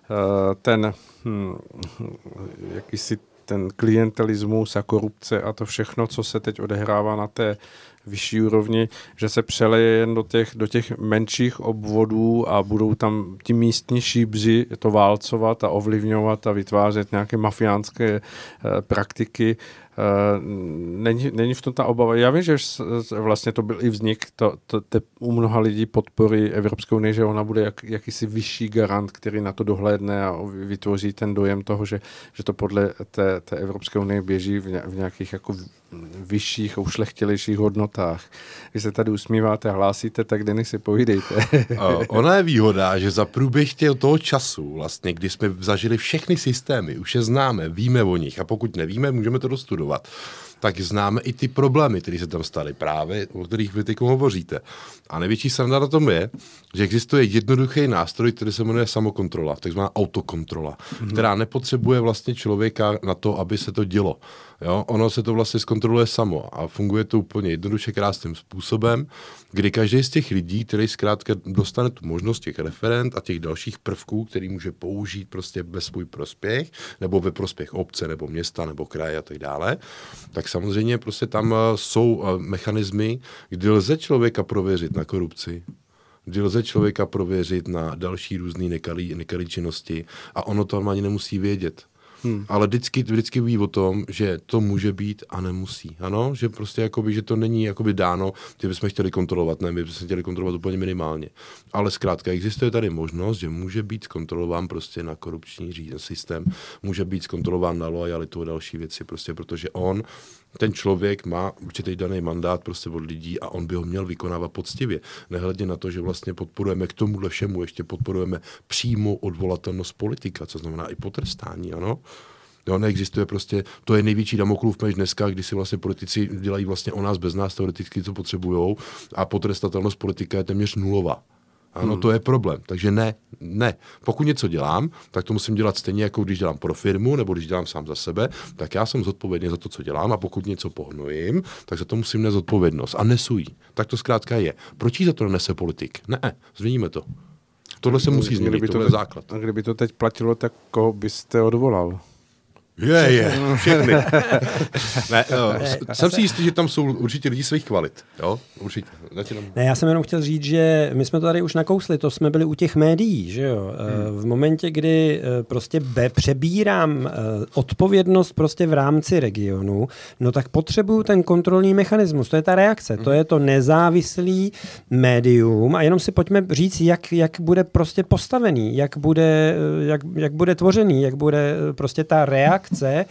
ten hm, jakýsi ten klientelismus a korupce a to všechno, co se teď odehrává na té vyšší úrovni, že se přeleje jen do těch, do těch menších obvodů a budou tam ti místní šíbři to válcovat a ovlivňovat a vytvářet nějaké mafiánské eh, praktiky. Uh, není, není v tom ta obava. Já vím, že vlastně to byl i vznik to, to, to u mnoha lidí podpory Evropské unie, že ona bude jak, jakýsi vyšší garant, který na to dohlédne a vytvoří ten dojem toho, že, že to podle té, té Evropské unie běží v, ně, v nějakých jako vyšších a ušlechtilejších hodnotách. Vy se tady usmíváte a hlásíte, tak Denis, si povídejte. Ona je výhoda, že za průběh toho času, vlastně, kdy jsme zažili všechny systémy, už je známe, víme o nich a pokud nevíme, můžeme to dostudovat, tak známe i ty problémy, které se tam staly právě, o kterých vy teď hovoříte. A největší sranda na tom je, že existuje jednoduchý nástroj, který se jmenuje samokontrola, takzvaná autokontrola, mm-hmm. která nepotřebuje vlastně člověka na to, aby se to dělo. Jo? Ono se to vlastně zkontroluje samo a funguje to úplně jednoduše krásným způsobem, kdy každý z těch lidí, který zkrátka dostane tu možnost těch referent a těch dalších prvků, který může použít prostě ve svůj prospěch, nebo ve prospěch obce, nebo města, nebo kraje a tak dále, tak samozřejmě prostě tam jsou mechanismy, kdy lze člověka prověřit na korupci, kdy lze člověka prověřit na další různé nekalý, nekalý činnosti a ono to ani nemusí vědět. Hmm. Ale vždycky, vždycky ví o tom, že to může být a nemusí. Ano, že prostě jakoby, že to není jakoby dáno, že bychom chtěli kontrolovat, ne, my bychom chtěli kontrolovat úplně minimálně. Ale zkrátka existuje tady možnost, že může být zkontrolován prostě na korupční řízen systém, může být zkontrolován na loajalitu a další věci, prostě protože on, ten člověk má určitý daný mandát prostě od lidí a on by ho měl vykonávat poctivě. Nehledě na to, že vlastně podporujeme k tomuhle všemu, ještě podporujeme přímou odvolatelnost politika, co znamená i potrestání, ano. Jo, neexistuje prostě, to je největší Damoklův meč dneska, kdy si vlastně politici dělají vlastně o nás bez nás teoreticky, co potřebujou a potrestatelnost politika je téměř nulová. Ano, hmm. to je problém. Takže ne, ne. Pokud něco dělám, tak to musím dělat stejně, jako když dělám pro firmu, nebo když dělám sám za sebe, tak já jsem zodpovědný za to, co dělám, a pokud něco pohnojím, tak za to musím nést zodpovědnost. A nesu jí. Tak to zkrátka je. Proč jí za to nese politik? Ne, změníme to. Tohle se musí změnit, kdyby to tohle teď, je základ. A kdyby to teď platilo, tak koho byste odvolal? Je, je, všechny. ne, no, jsem si jistý, že tam jsou určitě lidi svých kvalit. Jo, určitě. Ne, já jsem jenom chtěl říct, že my jsme to tady už nakousli, to jsme byli u těch médií, že jo. Hmm. V momentě, kdy prostě be, přebírám odpovědnost prostě v rámci regionu, no tak potřebuju ten kontrolní mechanismus, to je ta reakce, hmm. to je to nezávislý médium a jenom si pojďme říct, jak, jak bude prostě postavený, jak bude, jak, jak bude tvořený, jak bude prostě ta reakce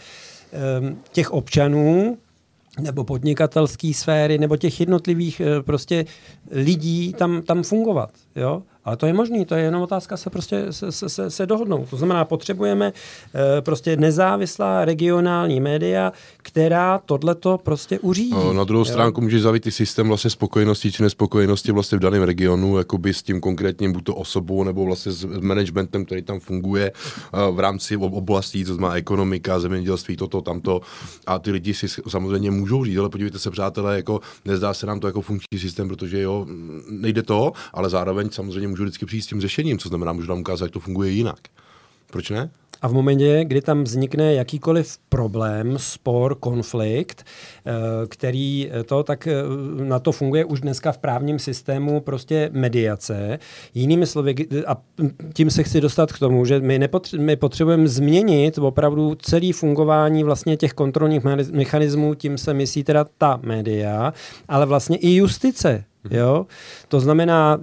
těch občanů nebo podnikatelské sféry nebo těch jednotlivých prostě lidí tam, tam fungovat. Jo? Ale to je možný, to je jenom otázka se prostě se, se, se dohodnout. To znamená, potřebujeme e, prostě nezávislá regionální média, která tohleto prostě uřídí. No, na druhou jo? stránku můžeš zavít i systém vlastně spokojenosti či nespokojenosti vlastně v daném regionu, jakoby s tím konkrétním buď to osobou nebo vlastně s managementem, který tam funguje uh, v rámci oblastí, co znamená ekonomika, zemědělství, toto, tamto. A ty lidi si samozřejmě můžou říct, ale podívejte se, přátelé, jako nezdá se nám to jako funkční systém, protože jo, nejde to, ale zároveň samozřejmě můžu vždycky přijít s tím řešením, co znamená, můžu nám ukázat, jak to funguje jinak. Proč ne? A v momentě, kdy tam vznikne jakýkoliv problém, spor, konflikt, který to, tak na to funguje už dneska v právním systému prostě mediace. Jinými slovy, a tím se chci dostat k tomu, že my, nepotře- my potřebujeme změnit opravdu celé fungování vlastně těch kontrolních mechanismů, tím se myslí teda ta média, ale vlastně i justice. Jo? To znamená,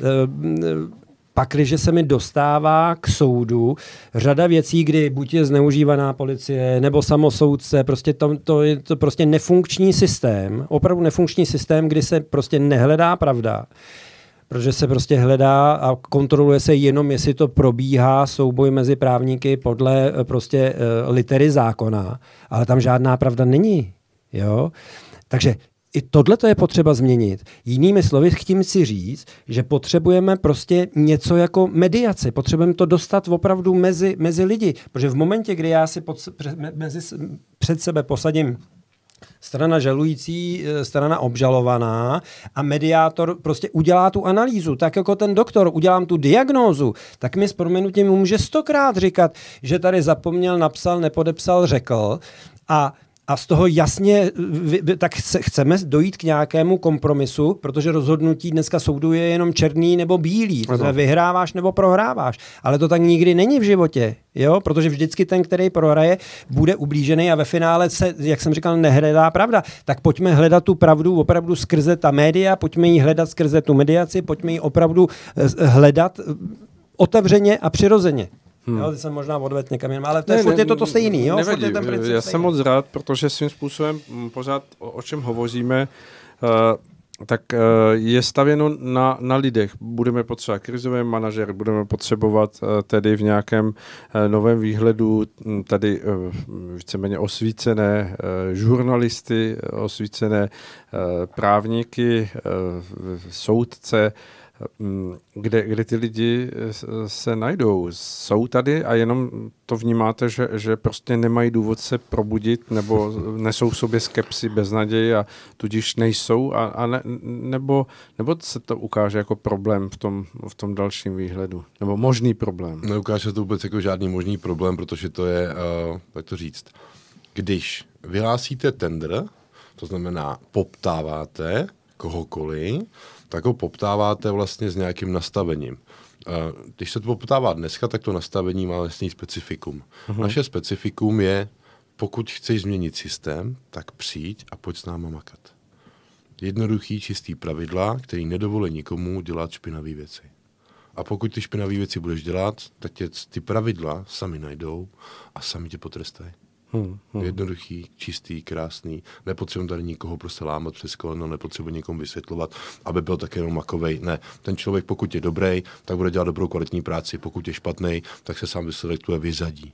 pakliže se mi dostává k soudu řada věcí, kdy buď je zneužívaná policie, nebo samosoudce, prostě to, to je to prostě nefunkční systém, opravdu nefunkční systém, kdy se prostě nehledá pravda, protože se prostě hledá a kontroluje se jenom, jestli to probíhá souboj mezi právníky podle prostě uh, litery zákona, ale tam žádná pravda není. Jo? Takže i tohle to je potřeba změnit. Jinými slovy, chtěím si říct, že potřebujeme prostě něco jako mediaci. Potřebujeme to dostat opravdu mezi, mezi lidi. Protože v momentě, kdy já si pod, mezi, před sebe posadím strana žalující, strana obžalovaná a mediátor prostě udělá tu analýzu, tak jako ten doktor, udělám tu diagnózu, tak mi s prominutím může stokrát říkat, že tady zapomněl, napsal, nepodepsal, řekl a A z toho jasně, tak chceme dojít k nějakému kompromisu, protože rozhodnutí dneska soudu je jenom černý nebo bílý. To znamená, vyhráváš nebo prohráváš. Ale to tak nikdy není v životě. Jo? Protože vždycky ten, který prohraje, bude ublížený a ve finále se, jak jsem říkal, nehledá pravda. Tak pojďme hledat tu pravdu opravdu skrze ta média, pojďme ji hledat skrze tu mediaci, pojďme ji opravdu hledat otevřeně a přirozeně. Hmm. Jo, ty jsem možná odvedl někam jinam, ale to je, ne, furt ne, je to to stejný. Jo? Nevadí, je ten já stejný. jsem moc rád, protože svým způsobem pořád o, o čem hovoříme, uh, tak uh, je stavěno na, na lidech. Budeme potřebovat krizový manažer, budeme potřebovat uh, tedy v nějakém uh, novém výhledu tady uh, víceméně osvícené uh, žurnalisty, osvícené uh, právníky, uh, soudce, Kde, kde ty lidi se najdou. Jsou tady a jenom to vnímáte, že, že prostě nemají důvod se probudit nebo nesou v sobě skepsi, beznaději a tudíž nejsou a, a ne, nebo, nebo se to ukáže jako problém v tom, v tom dalším výhledu. Nebo možný problém. Neukáže se to vůbec jako žádný možný problém, protože to je, uh, jak to říct, když vyhlásíte tender, to znamená poptáváte kohokoliv, tak ho poptáváte vlastně s nějakým nastavením. Když se to poptává dneska, tak to nastavení má vlastně specifikum. Uh-huh. Naše specifikum je, pokud chceš změnit systém, tak přijď a pojď s náma makat. Jednoduchý, čistý pravidla, který nedovolí nikomu dělat špinavé věci. A pokud ty špinavé věci budeš dělat, tak tě ty pravidla sami najdou a sami tě potrestají. Hmm, hmm. Jednoduchý, čistý, krásný. Nepotřebuji tady nikoho prostě lámat přes koleno, nepotřebuji nikomu vysvětlovat, aby byl tak jenom makovej. Ne, ten člověk, pokud je dobrý, tak bude dělat dobrou kvalitní práci. Pokud je špatný, tak se sám vyselektuje, vyřadí.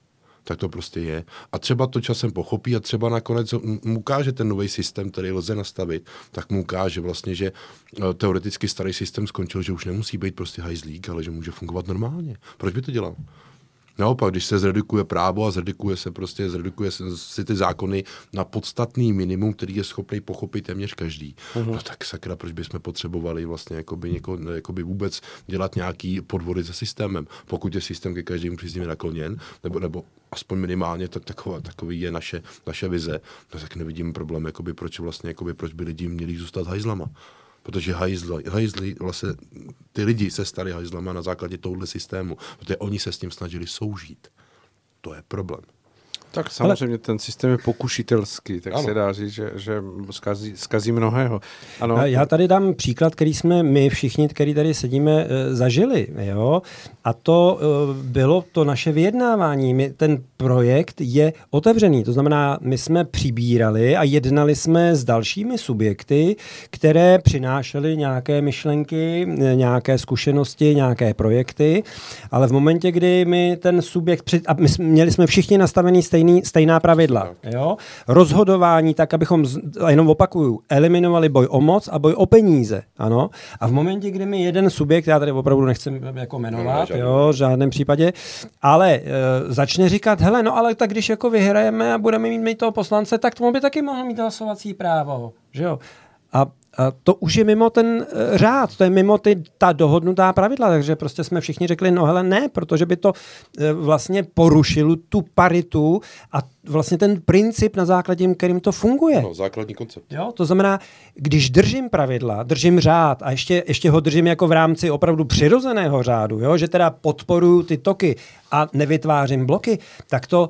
tak to prostě je. A třeba to časem pochopí a třeba nakonec mu ukáže ten nový systém, který lze nastavit, tak mu ukáže vlastně, že teoreticky starý systém skončil, že už nemusí být prostě hajzlík, ale že může fungovat normálně. Proč by to dělal? Naopak, když se zredukuje právo a zredukuje se prostě, zredukuje se si ty zákony na podstatný minimum, který je schopný pochopit téměř každý, uh-huh. no tak sakra, proč bychom potřebovali vlastně jakoby, něko, jakoby vůbec dělat nějaký podvody se systémem, pokud je systém ke každému příznivě nakloněn, nebo, nebo aspoň minimálně, tak taková, takový je naše, naše vize, no tak nevidím problém, jakoby, proč vlastně, jakoby, proč by lidi měli zůstat hajzlama. Protože hajzli, hajzli, vlastně ty lidi se stali hajzlama na základě tohohle systému, protože oni se s tím snažili soužít. To je problém. Tak samozřejmě ale ten systém je pokušitelský, tak ano. se dá říct, že, že zkazí, zkazí mnohého. Ano. Já tady dám příklad, který jsme my všichni, který tady sedíme, zažili. Jo? A to bylo to naše vyjednávání. My, ten projekt je otevřený. To znamená, my jsme přibírali a jednali jsme s dalšími subjekty, které přinášely nějaké myšlenky, nějaké zkušenosti, nějaké projekty, ale v momentě, kdy my ten subjekt, při, a my jsme, měli jsme všichni nastavený stejný stejná pravidla. Jo? Rozhodování tak, abychom, jenom opakuju, eliminovali boj o moc a boj o peníze. Ano? A v momentě, kdy mi jeden subjekt, já tady opravdu nechci jako jmenovat, no, jo, v žádném případě, ale e, začne říkat, hele, no ale tak když jako vyhrajeme a budeme mít, mít toho poslance, tak tomu by taky mohl mít hlasovací právo. Že jo? A A to už je mimo ten řád, to je mimo ty, ta dohodnutá pravidla, takže prostě jsme všichni řekli, no hele ne, protože by to vlastně porušilo tu paritu a vlastně ten princip, na základě kterým to funguje. No, základní koncept. Jo, to znamená, když držím pravidla, držím řád a ještě, ještě ho držím jako v rámci opravdu přirozeného řádu, jo, že teda podporuju ty toky a nevytvářím bloky, tak to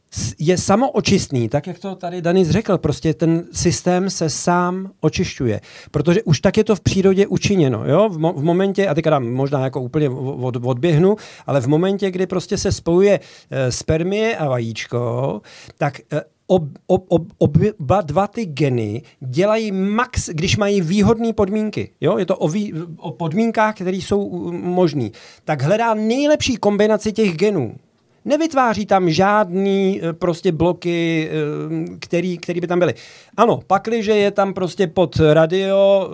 je samoočistný, tak jak to tady Danis řekl, prostě ten systém se sám očišťuje, protože už tak je to v přírodě učiněno, jo, v, mo- v momentě, a teďka možná jako úplně od, odběhnu, ale v momentě, kdy prostě se spojuje e, spermie a vajíčko, tak e, ob, ob, ob, oba dva ty geny dělají max, když mají výhodné podmínky, jo, je to o, vý, o podmínkách, které jsou možné, tak hledá nejlepší kombinaci těch genů. Nevytváří tam žádný prostě bloky, který, který by tam byly. Ano, pakliže je tam prostě pod radio,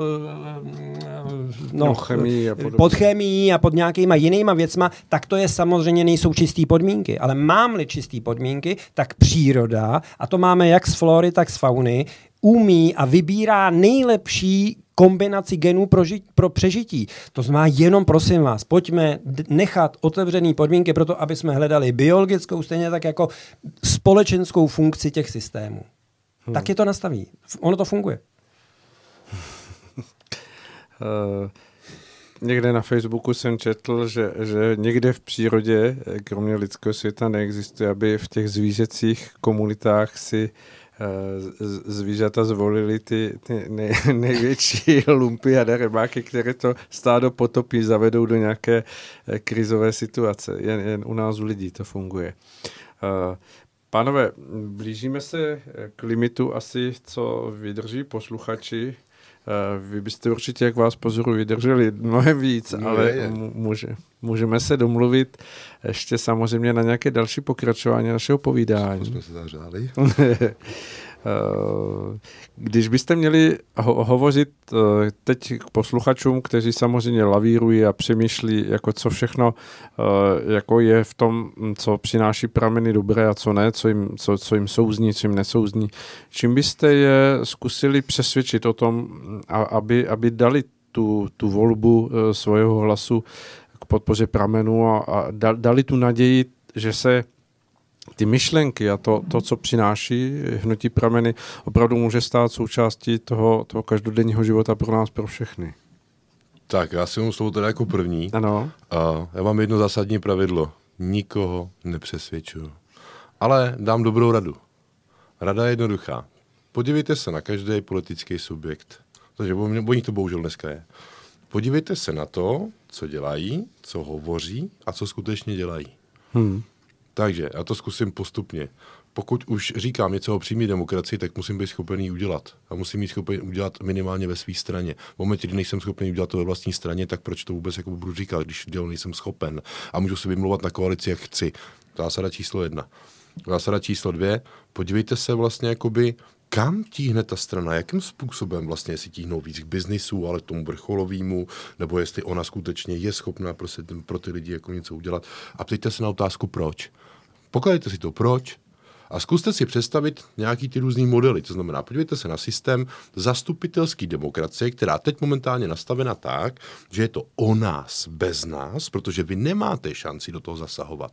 no, no, chemii a pod chemií a pod nějakýma jinýma věcma, tak to je samozřejmě nejsou čistý podmínky. Ale mám-li čistý podmínky, tak příroda, a to máme jak z flory, tak z fauny, umí a vybírá nejlepší kombinaci genů pro, ži- pro přežití. To znamená jenom, prosím vás, pojďme d- nechat otevřený podmínky pro to, aby jsme hledali biologickou, stejně tak jako společenskou funkci těch systémů. Hmm. Tak je to nastaví. Ono to funguje. uh, někde na Facebooku jsem četl, že, že někde v přírodě, kromě lidského světa, neexistuje, aby v těch zvířecích komunitách si zvířata zvolili ty, ty nej, největší lumpy a darebáky, které to stádo potopí, zavedou do nějaké krizové situace. Jen, jen u nás u lidí to funguje. Pánové, blížíme se k limitu asi, co vydrží posluchači. Vy byste určitě, jak vás pozoru, vydrželi mnohem víc, no, ale je, je. Může, můžeme se domluvit ještě samozřejmě na nějaké další pokračování našeho povídání. Jsme se zahřáli. Když byste měli ho- hovořit teď k posluchačům, kteří samozřejmě lavírují a přemýšlí, jako co všechno jako je v tom, co přináší prameny dobré a co ne, co jim, co, co jim souzní, co jim nesouzní, čím byste je zkusili přesvědčit o tom, aby, aby dali tu, tu volbu svého hlasu k podpoře pramenů a, a dali tu naději, že se ty myšlenky a to, to, co přináší hnutí prameny, opravdu může stát součástí toho, toho každodenního života pro nás, pro všechny. Tak, já si mám slovo teda jako první. Ano. A já mám jedno zásadní pravidlo. Nikoho nepřesvědčuju. Ale dám dobrou radu. Rada je jednoduchá. Podívejte se na každý politický subjekt. Takže o nich to bohužel dneska je. Podívejte se na to, co dělají, co hovoří a co skutečně dělají. Hmm. Takže já to zkusím postupně. Pokud už říkám něco o přímé demokracii, tak musím být schopený udělat. A musím být schopený udělat minimálně ve své straně. V momentě, kdy nejsem schopený udělat to ve vlastní straně, tak proč to vůbec jako budu říkat, když dělal nejsem schopen. A můžu se vymlouvat na koalici, jak chci. Zásada číslo jedna. Zásada číslo dvě, podívejte se vlastně jakoby, kam tíhne ta strana, jakým způsobem vlastně, jestli tíhnou víc k biznisu, ale k tomu vrcholovému, nebo jestli ona skutečně je schopná prostě pro ty lidi jako něco udělat. A ptejte se na otázku proč. Pokladejte si to proč a zkuste si představit nějaký ty různý modely. To znamená, podívejte se na systém zastupitelské demokracie, která teď momentálně nastavena tak, že je to o nás bez nás, protože vy nemáte šanci do toho zasahovat.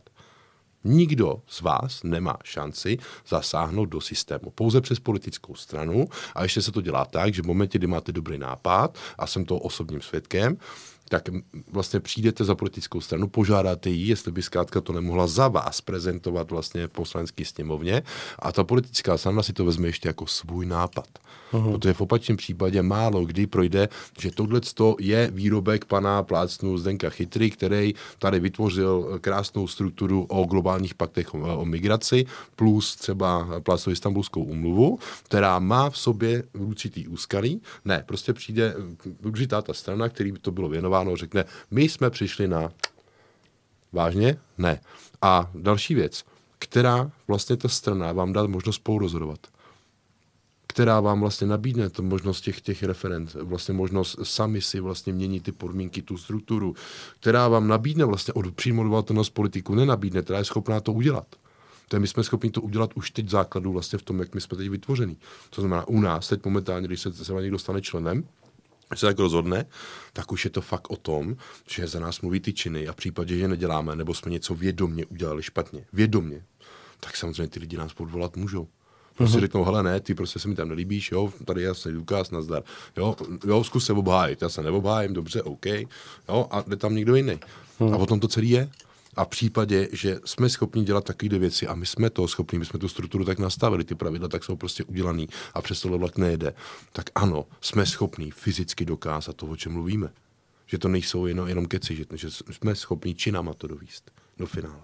Nikdo z vás nemá šanci zasáhnout do systému. Pouze přes politickou stranu a ještě se to dělá tak, že v momentě, kdy máte dobrý nápad a jsem toho osobním svědkem, tak vlastně přijdete za politickou stranu, požádáte jí, jestli by zkrátka to nemohla za vás prezentovat vlastně v poslanecké sněmovně a ta politická strana si to vezme ještě jako svůj nápad. Uhum. Protože v opačném případě málo kdy projde, že tohleto je výrobek pana plácnu Zdenka Chytry, který tady vytvořil krásnou strukturu o globálních paktech o, o migraci, plus třeba plácnu Istanbulskou úmluvu, která má v sobě určitý úskalí. Ne, prostě přijde určitá ta strana, který by to bylo věnováno, řekne, my jsme přišli na... Vážně? Ne. A další věc, která vlastně ta strana vám dá možnost spolurozhodovat, která vám vlastně nabídne tu možnost těch, těch referent, vlastně možnost sami si vlastně měnit ty podmínky, tu strukturu, která vám nabídne vlastně od přímodovatelnost politiku, nenabídne, která je schopná to udělat. To je, my jsme schopni to udělat už teď v základu vlastně v tom, jak my jsme teď vytvoření. To znamená u nás teď momentálně, když se, se někdo stane členem, se tak rozhodne, tak už je to fakt o tom, že za nás mluví ty činy a v případě, že neděláme, nebo jsme něco vědomně udělali špatně, vědomně, tak samozřejmě ty lidi nás podvolat můžou. Prostě uh-huh. řeknou, hele ne, ty prostě se mi tam nelíbíš, jo, tady je jasný důkaz, nazdar. Jo, jo, zkus se obhájit, já se neobhájím, dobře, OK, jo, a jde tam někdo jiný. Uh-huh. A o tom to celý je. A v případě, že jsme schopni dělat takové věci a my jsme to schopni, my jsme tu strukturu tak nastavili, ty pravidla tak jsou prostě udělaný a přes tohle vlak nejede, tak ano, jsme schopni fyzicky dokázat to, o čem mluvíme. Že to nejsou jenom, jenom keci, že, že jsme schopni činama to dovíst do finále.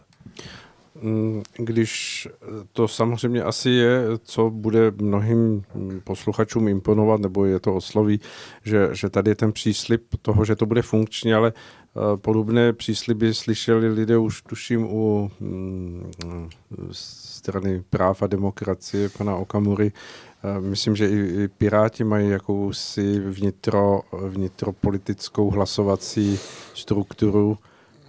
Když to samozřejmě asi je, co bude mnohým posluchačům imponovat, nebo je to osloví, že, že tady je ten příslib toho, že to bude funkční, ale podobné přísliby slyšeli lidé už tuším u mm, strany práv a demokracie pana Okamury. Myslím, že i, i Piráti mají jakousi vnitro, vnitropolitickou hlasovací strukturu.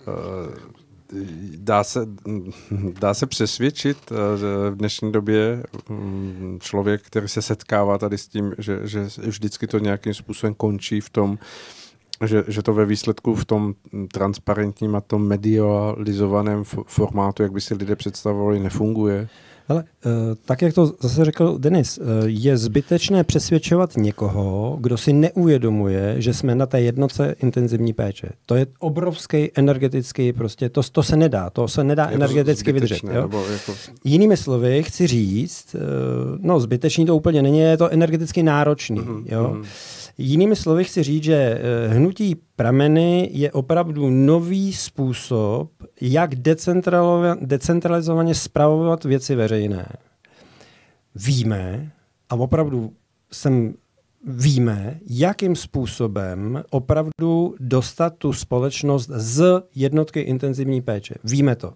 Dá se, dá se přesvědčit v dnešní době člověk, který se setkává tady s tím, že, že vždycky to nějakým způsobem končí v tom, že, že to ve výsledku v tom transparentním a tom medializovaném formátu, jak by si lidé představovali, nefunguje? Ale tak, jak to zase řekl Denis, je zbytečné přesvědčovat někoho, kdo si neuvědomuje, že jsme na té jednotce intenzivní péče. To je obrovský energetický, prostě to, to se nedá, to se nedá je energeticky vydržet. Jo? Jako... Jinými slovy, chci říct, no zbytečný to úplně není, je to energeticky náročný. Mm-hmm. Jo? Jinými slovy chci říct, že hnutí Prameny je opravdu nový způsob, jak decentralizovaně spravovat věci veřejné. Víme, a opravdu jsem víme, jakým způsobem opravdu dostat tu společnost z jednotky intenzivní péče. Víme to.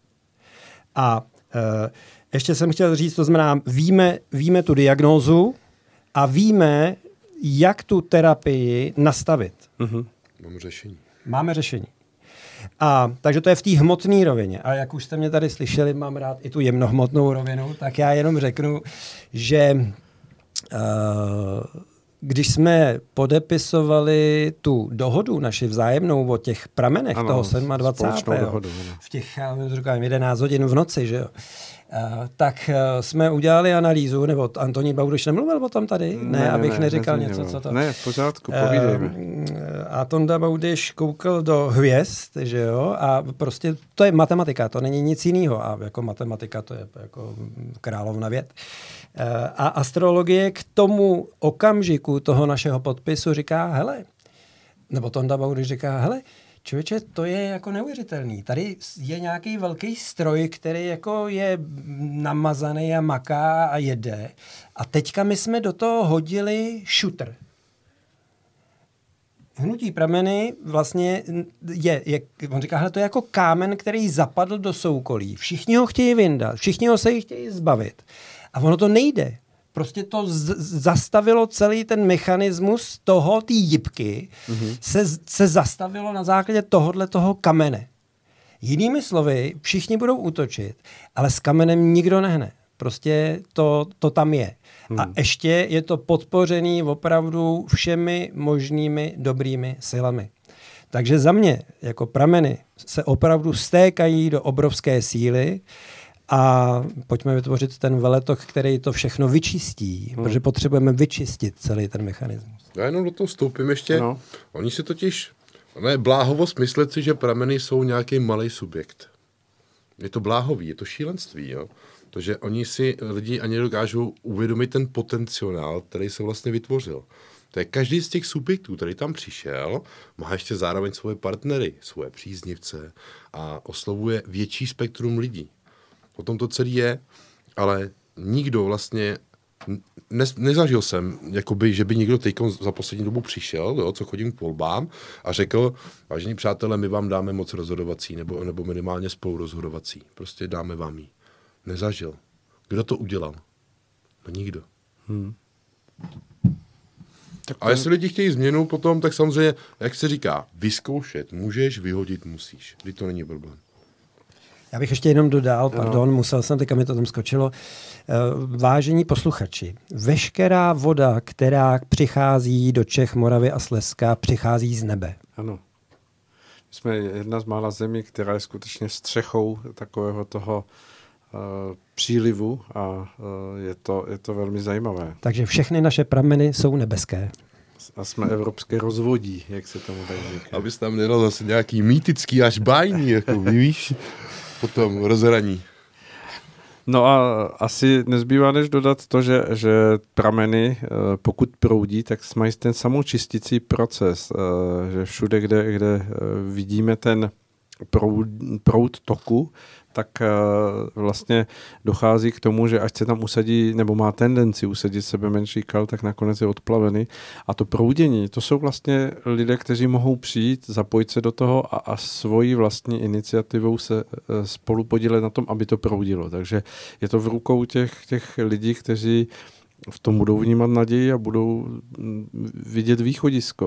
A e, ještě jsem chtěl říct, to znamená, víme, víme tu diagnózu a víme, jak tu terapii nastavit. Mm-hmm. Máme řešení. Máme řešení. A takže to je v té hmotné rovině. A jak už jste mě tady slyšeli, mám rád i tu jemnohmotnou rovinu, tak já jenom řeknu, že uh, když jsme podepisovali tu dohodu naši vzájemnou o těch pramenech ano, toho dvacátého sedmého dohodu, v těch, já říkám, jedenáct hodin v noci, že jo, Uh, tak uh, jsme udělali analýzu, nebo Antonín Baudyš nemluvil o tom tady? Ne, ne abych ne, neříkal ne, něco, co to... Ne, v pořádku, povídejme. Uh, a Tonda Baudyš koukal do hvězd, že jo, a prostě to je matematika, to není nic jiného. A jako matematika to je jako královna věd. Uh, a astrologie k tomu okamžiku toho našeho podpisu říká, hele, nebo Tonda Baudyš říká, hele, člověče, to je jako neuvěřitelný. Tady je nějaký velký stroj, který jako je namazaný a maká a jede. A teďka my jsme do toho hodili šutr. hnutí prameny vlastně je, je, on říká, hele, to je jako kámen, který zapadl do soukolí. Všichni ho chtějí vyndat, všichni ho se jí chtějí zbavit. A ono to nejde. Prostě to z- zastavilo celý ten mechanismus toho, té jipky, mm-hmm. se, se zastavilo na základě tohohle toho kamene. Jinými slovy, všichni budou útočit, ale s kamenem nikdo nehne. Prostě to, to tam je. Hmm. A ještě je to podpořený opravdu všemi možnými dobrými silami. Takže za mě, jako prameny, se opravdu stékají do obrovské síly a pojďme vytvořit ten veletok, který to všechno vyčistí, hmm. protože potřebujeme vyčistit celý ten mechanismus. Já jenom do toho vstoupím ještě. No. Oni si totiž, ne, bláhovost myslet si, že prameny jsou nějaký malý subjekt. Je to bláhový, je to šílenství, jo. Protože oni si lidi ani dokážou uvědomit ten potenciál, který se vlastně vytvořil. To je každý z těch subjektů, který tam přišel, má ještě zároveň svoje partnery, svoje příznivce a oslovuje větší spektrum lidí. O tom to celý je, ale nikdo vlastně, ne, nezažil jsem, jakoby, že by někdo teď za poslední dobu přišel, jo, co chodím k volbám a řekl, vážení přátelé, my vám dáme moc rozhodovací, nebo, nebo minimálně spolurozhodovací. Prostě dáme vám ji. Nezažil. Kdo to udělal? No nikdo. Hmm. Tak to... A jestli lidi chtějí změnu potom, tak samozřejmě, jak se říká, vyzkoušet můžeš, vyhodit musíš. Kdy to není problém. Já bych ještě jenom dodal, pardon, no. musel jsem, teďka mi to tam skočilo. Uh, vážení posluchači, veškerá voda, která přichází do Čech, Moravy a Slezska, přichází z nebe. Ano. My jsme jedna z mála zemí, která je skutečně střechou takového toho uh, přílivu a uh, je, to, je to velmi zajímavé. Takže všechny naše prameny jsou nebeské. A jsme evropské rozvodí, jak se tomu tak říká. Abys tam nedal zase nějaký mýtický až bájný, jako víš, potom rozhraní. No a asi nezbývá než dodat to, že, že prameny, pokud proudí, tak mají ten samočistící proces, že všude, kde, kde vidíme ten proud, proud toku, tak vlastně dochází k tomu, že až se tam usadí, nebo má tendenci usadit sebe menší kal, tak nakonec je odplavený. A to proudění, to jsou vlastně lidé, kteří mohou přijít, zapojit se do toho a, a svojí vlastní iniciativou se spolu podílet na tom, aby to proudilo. Takže je to v rukou těch, těch lidí, kteří v tom budou vnímat naději a budou vidět východisko.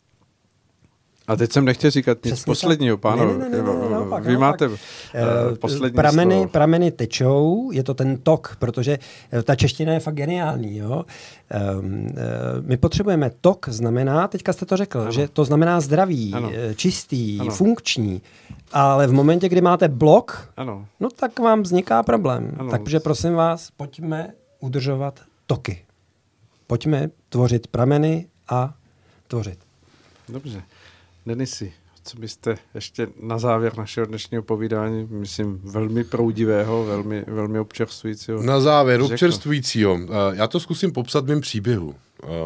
A teď jsem nechtěl říkat nic Přesně posledního, pánové. Ne, ne, ne, ne, ne, naopak, Vy máte uh, poslední prameny, slovo. Prameny tečou, je to ten tok, protože ta čeština je fakt geniální. Jo? Um, uh, my potřebujeme tok, znamená, teďka jste to řekl, ano. že to znamená zdravý, ano. čistý, ano. funkční, ale v momentě, kdy máte blok, ano. no tak vám vzniká problém. Ano. Takže prosím vás, pojďme udržovat toky. Pojďme tvořit prameny a tvořit. Dobře. Denisi, co byste ještě na závěr našeho dnešního povídání, myslím, velmi proudivého, velmi, velmi občerstvujícího. Na závěr řekl. občerstvujícího. Já to zkusím popsat mým příběhu.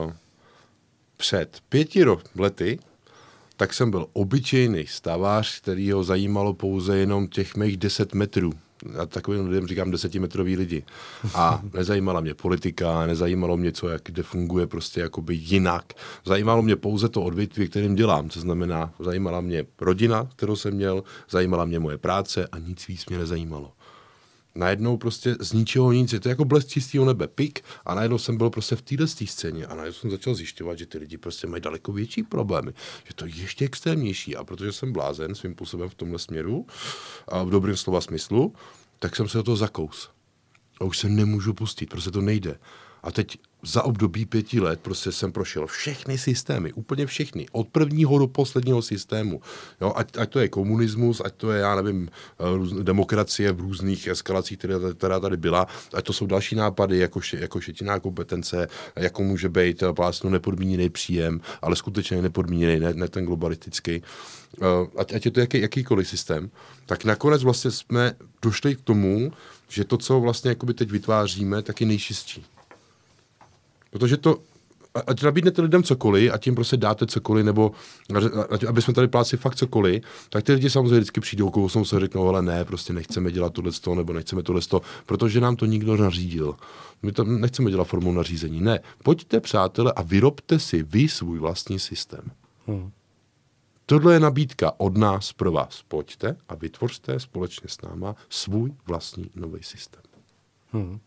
Před pěti lety tak jsem byl obyčejný stavář, který ho zajímalo pouze jenom těch mých deset metrů. Já takovým lidem říkám desetimetrový lidi. A nezajímala mě politika, nezajímalo mě, co, jak, kde funguje prostě jakoby jinak. Zajímalo mě pouze to odvětví, kterým dělám, co znamená, zajímala mě rodina, kterou jsem měl, zajímala mě moje práce a nic víc mě nezajímalo. Najednou prostě z ničeho nic, je to jako blesk čistého nebe, pik, a najednou jsem byl prostě v této scéně a najednou jsem začal zjišťovat, že ty lidi prostě mají daleko větší problémy, že to je ještě extrémnější, a protože jsem blázen svým působem v tomhle směru, a v dobrém slova smyslu, tak jsem se do toho zakous. A už se nemůžu pustit, prostě to nejde. A teď za období pěti let prostě jsem prošel všechny systémy, úplně všechny, od prvního do posledního systému. Jo, ať, ať to je komunismus, ať to je, já nevím, demokracie v různých eskalacích, která, která tady byla, ať to jsou další nápady, jako, še, jako šetiná kompetence, jako může být plásno nepodmíněný příjem, ale skutečně nepodmíněný, ne, ne ten globalistický. Ať, ať je to jaký, jakýkoliv systém, tak nakonec vlastně jsme došli k tomu, že to, co vlastně jakoby teď vytváříme, tak je nejčistší. Protože to, ať nabídnete lidem cokoliv a tím prostě dáte cokoliv, nebo ať, aby jsme tady plácli fakt cokoliv, tak ty lidi samozřejmě vždycky přijdou, kousnou se řeknou, ale ne, prostě nechceme dělat tohleto, nebo nechceme tohleto, protože nám to nikdo nařídil. My to nechceme dělat formou nařízení. Ne, pojďte, přátelé, a vyrobte si vy svůj vlastní systém. Hmm. Tohle je nabídka od nás pro vás. Pojďte a vytvořte společně s náma svůj vlastní nový systém. Hmm.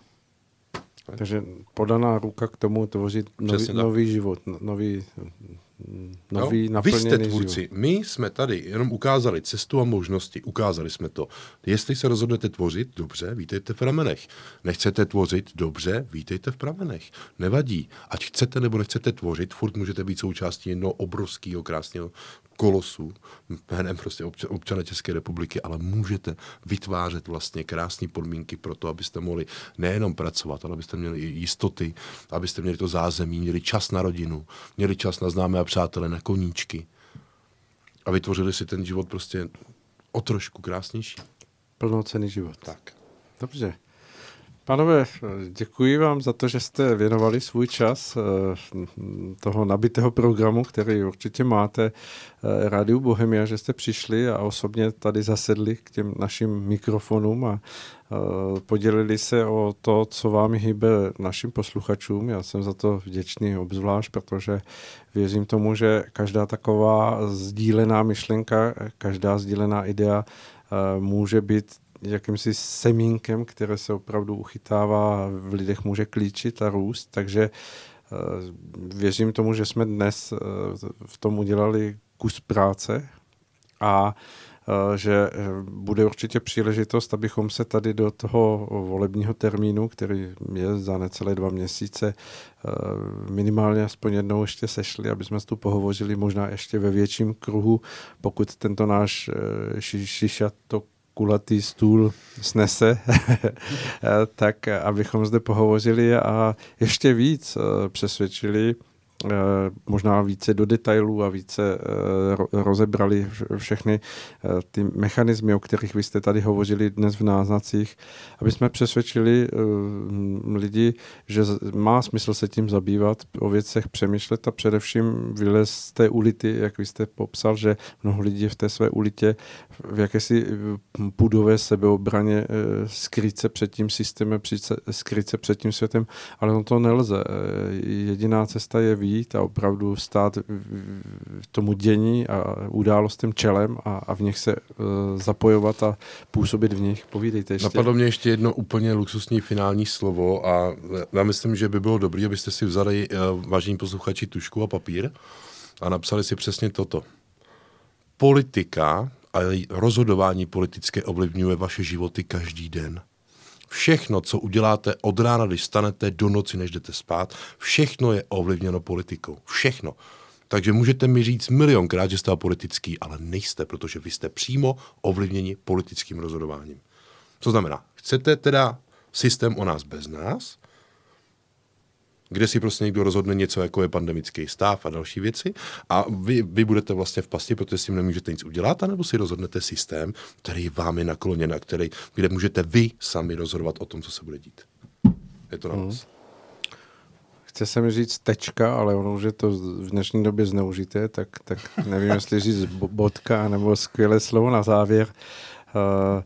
Takže podaná ruka k tomu tvořit nový, nový život, nový, nový no, naplněný život. Vy jste tvůrci, my jsme tady jenom ukázali cestu a možnosti, ukázali jsme to. Jestli se rozhodnete tvořit, dobře, vítejte v ramenech. Nechcete tvořit, dobře, vítejte v pramenech. Nevadí, ať chcete nebo nechcete tvořit, furt můžete být součástí jednoho obrovského, krásného kolosu, jménem prostě občané České republiky, ale můžete vytvářet vlastně krásné podmínky pro to, abyste mohli nejenom pracovat, ale abyste měli jistoty, abyste měli to zázemí, měli čas na rodinu, měli čas na známé a přátelé, na koníčky a vytvořili si ten život prostě o trošku krásnější. Plnocenný život. Tak. Dobře. Pánové, děkuji vám za to, že jste věnovali svůj čas toho nabitého programu, který určitě máte, Rádiu Bohemia, že jste přišli a osobně tady zasedli k těm našim mikrofonům a podělili se o to, co vám hýbe našim posluchačům. Já jsem za to vděčný obzvlášť, protože věřím tomu, že každá taková sdílená myšlenka, každá sdílená idea může být jakýmsi semínkem, které se opravdu uchytává, v lidech může klíčit a růst, takže uh, věřím tomu, že jsme dnes uh, v tom udělali kus práce a uh, že uh, bude určitě příležitost, abychom se tady do toho volebního termínu, který je za necelé dva měsíce, uh, minimálně aspoň jednou ještě sešli, aby jsme tu pohovořili možná ještě ve větším kruhu, pokud tento náš uh, šišat to kulatý stůl snese, tak abychom zde pohovořili a ještě víc přesvědčili, možná více do detailů a více rozebrali všechny ty mechanismy, o kterých vy jste tady hovořili dnes v náznacích, aby jsme přesvědčili lidi, že má smysl se tím zabývat, o věcech přemýšlet a především vylézt z té ulity, jak vy jste popsal, že mnoho lidí v té své ulitě v jakési půdové sebeobraně skrýt se před tím systémem, skrýt se před tím světem, ale on to nelze. Jediná cesta je výjít a opravdu stát v tomu dění a událostem čelem a, a v nich se uh, zapojovat a působit v nich. Povídejte ještě. Napadlo mě ještě jedno úplně luxusní finální slovo a já myslím, že by bylo dobré, abyste si vzali, uh, vážení posluchači, tužku a papír a napsali si přesně toto. Politika a rozhodování politické ovlivňuje vaše životy každý den. Všechno, co uděláte od rána, když stanete, do noci, než jdete spát, všechno je ovlivněno politikou. Všechno. Takže můžete mi říct milionkrát, že jste politický, ale nejste, protože vy jste přímo ovlivněni politickým rozhodováním. Co znamená? Chcete teda systém o nás bez nás, kde si prostě někdo rozhodne něco, jako je pandemický stav a další věci a vy, vy budete vlastně v pasti, protože s tím nemůžete nic udělat, anebo si rozhodnete systém, který vám je nakloněn a který, kde můžete vy sami rozhodovat o tom, co se bude dít. Je to na vás. Hmm. Chce se mi říct tečka, ale ono už je to v dnešní době zneužité, tak, tak nevím, jestli říct bodka, nebo skvělé slovo na závěr. Uh,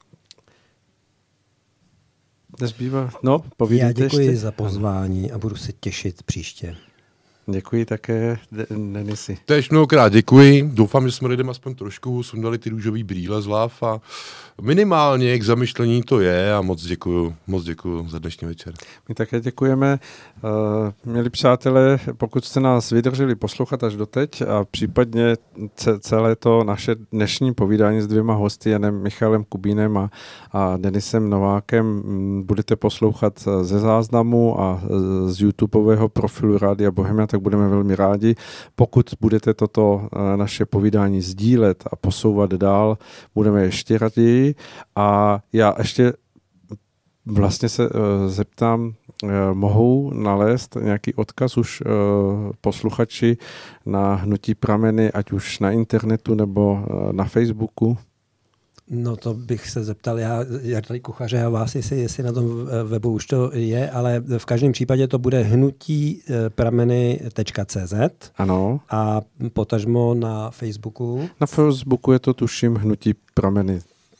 Nezbývá. No, povídejte. Já děkuji ještě za pozvání a budu se těšit příště. Děkuji také, Denisi. Též mnohokrát děkuji. Doufám, že jsme lidem aspoň trošku sundali ty růžový brýle z hlav a minimálně k zamyšlení to je a moc děkuju, moc děkuju za dnešní večer. My také děkujeme. Uh, milí přátelé, pokud jste nás vydrželi poslouchat až doteď a případně celé to naše dnešní povídání s dvěma hosty, Janem Michalem Kubínem a, a Denisem Novákem, budete poslouchat ze záznamu a z YouTubeového profilu Rádia Bohemia, tak budeme velmi rádi. Pokud budete toto naše povídání sdílet a posouvat dál, budeme ještě raději. A já ještě vlastně se uh, zeptám, uh, mohou nalézt nějaký odkaz už uh, posluchači na Hnutí prameny, ať už na internetu nebo uh, na Facebooku? No to bych se zeptal já, Jardy Kuchaře a vás, jestli, jestli na tom webu už to je, ale v každém případě to bude hnutí prameny tečka cé zet. Ano. A potažmo na Facebooku. Na Facebooku je to tuším Hnutí prameny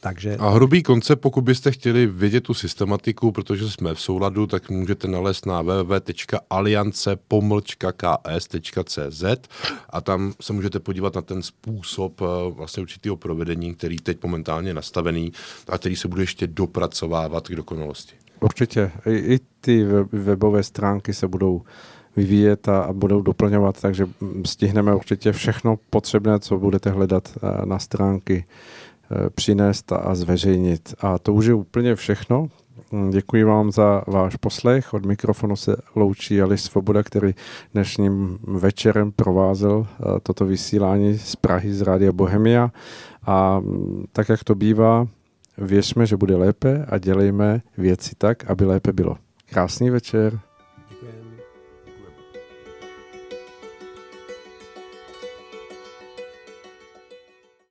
Takže... A hrubý koncept, pokud byste chtěli vědět tu systematiku, protože jsme v souladu, tak můžete nalézt na w w w tečka aliance pomlčka k s tečka c z a tam se můžete podívat na ten způsob vlastně určitého provedení, který teď momentálně je nastavený a který se bude ještě dopracovávat k dokonalosti. Určitě. I, i ty webové stránky se budou vyvíjet a, a budou doplňovat, takže stihneme určitě všechno potřebné, co budete hledat na stránky, přinést a zveřejnit. A to už je úplně všechno. Děkuji vám za váš poslech. Od mikrofonu se loučí Aleš Svoboda, který dnešním večerem provázel toto vysílání z Prahy z Rádia Bohemia. A tak, jak to bývá, věřme, že bude lépe a dělejme věci tak, aby lépe bylo. Krásný večer.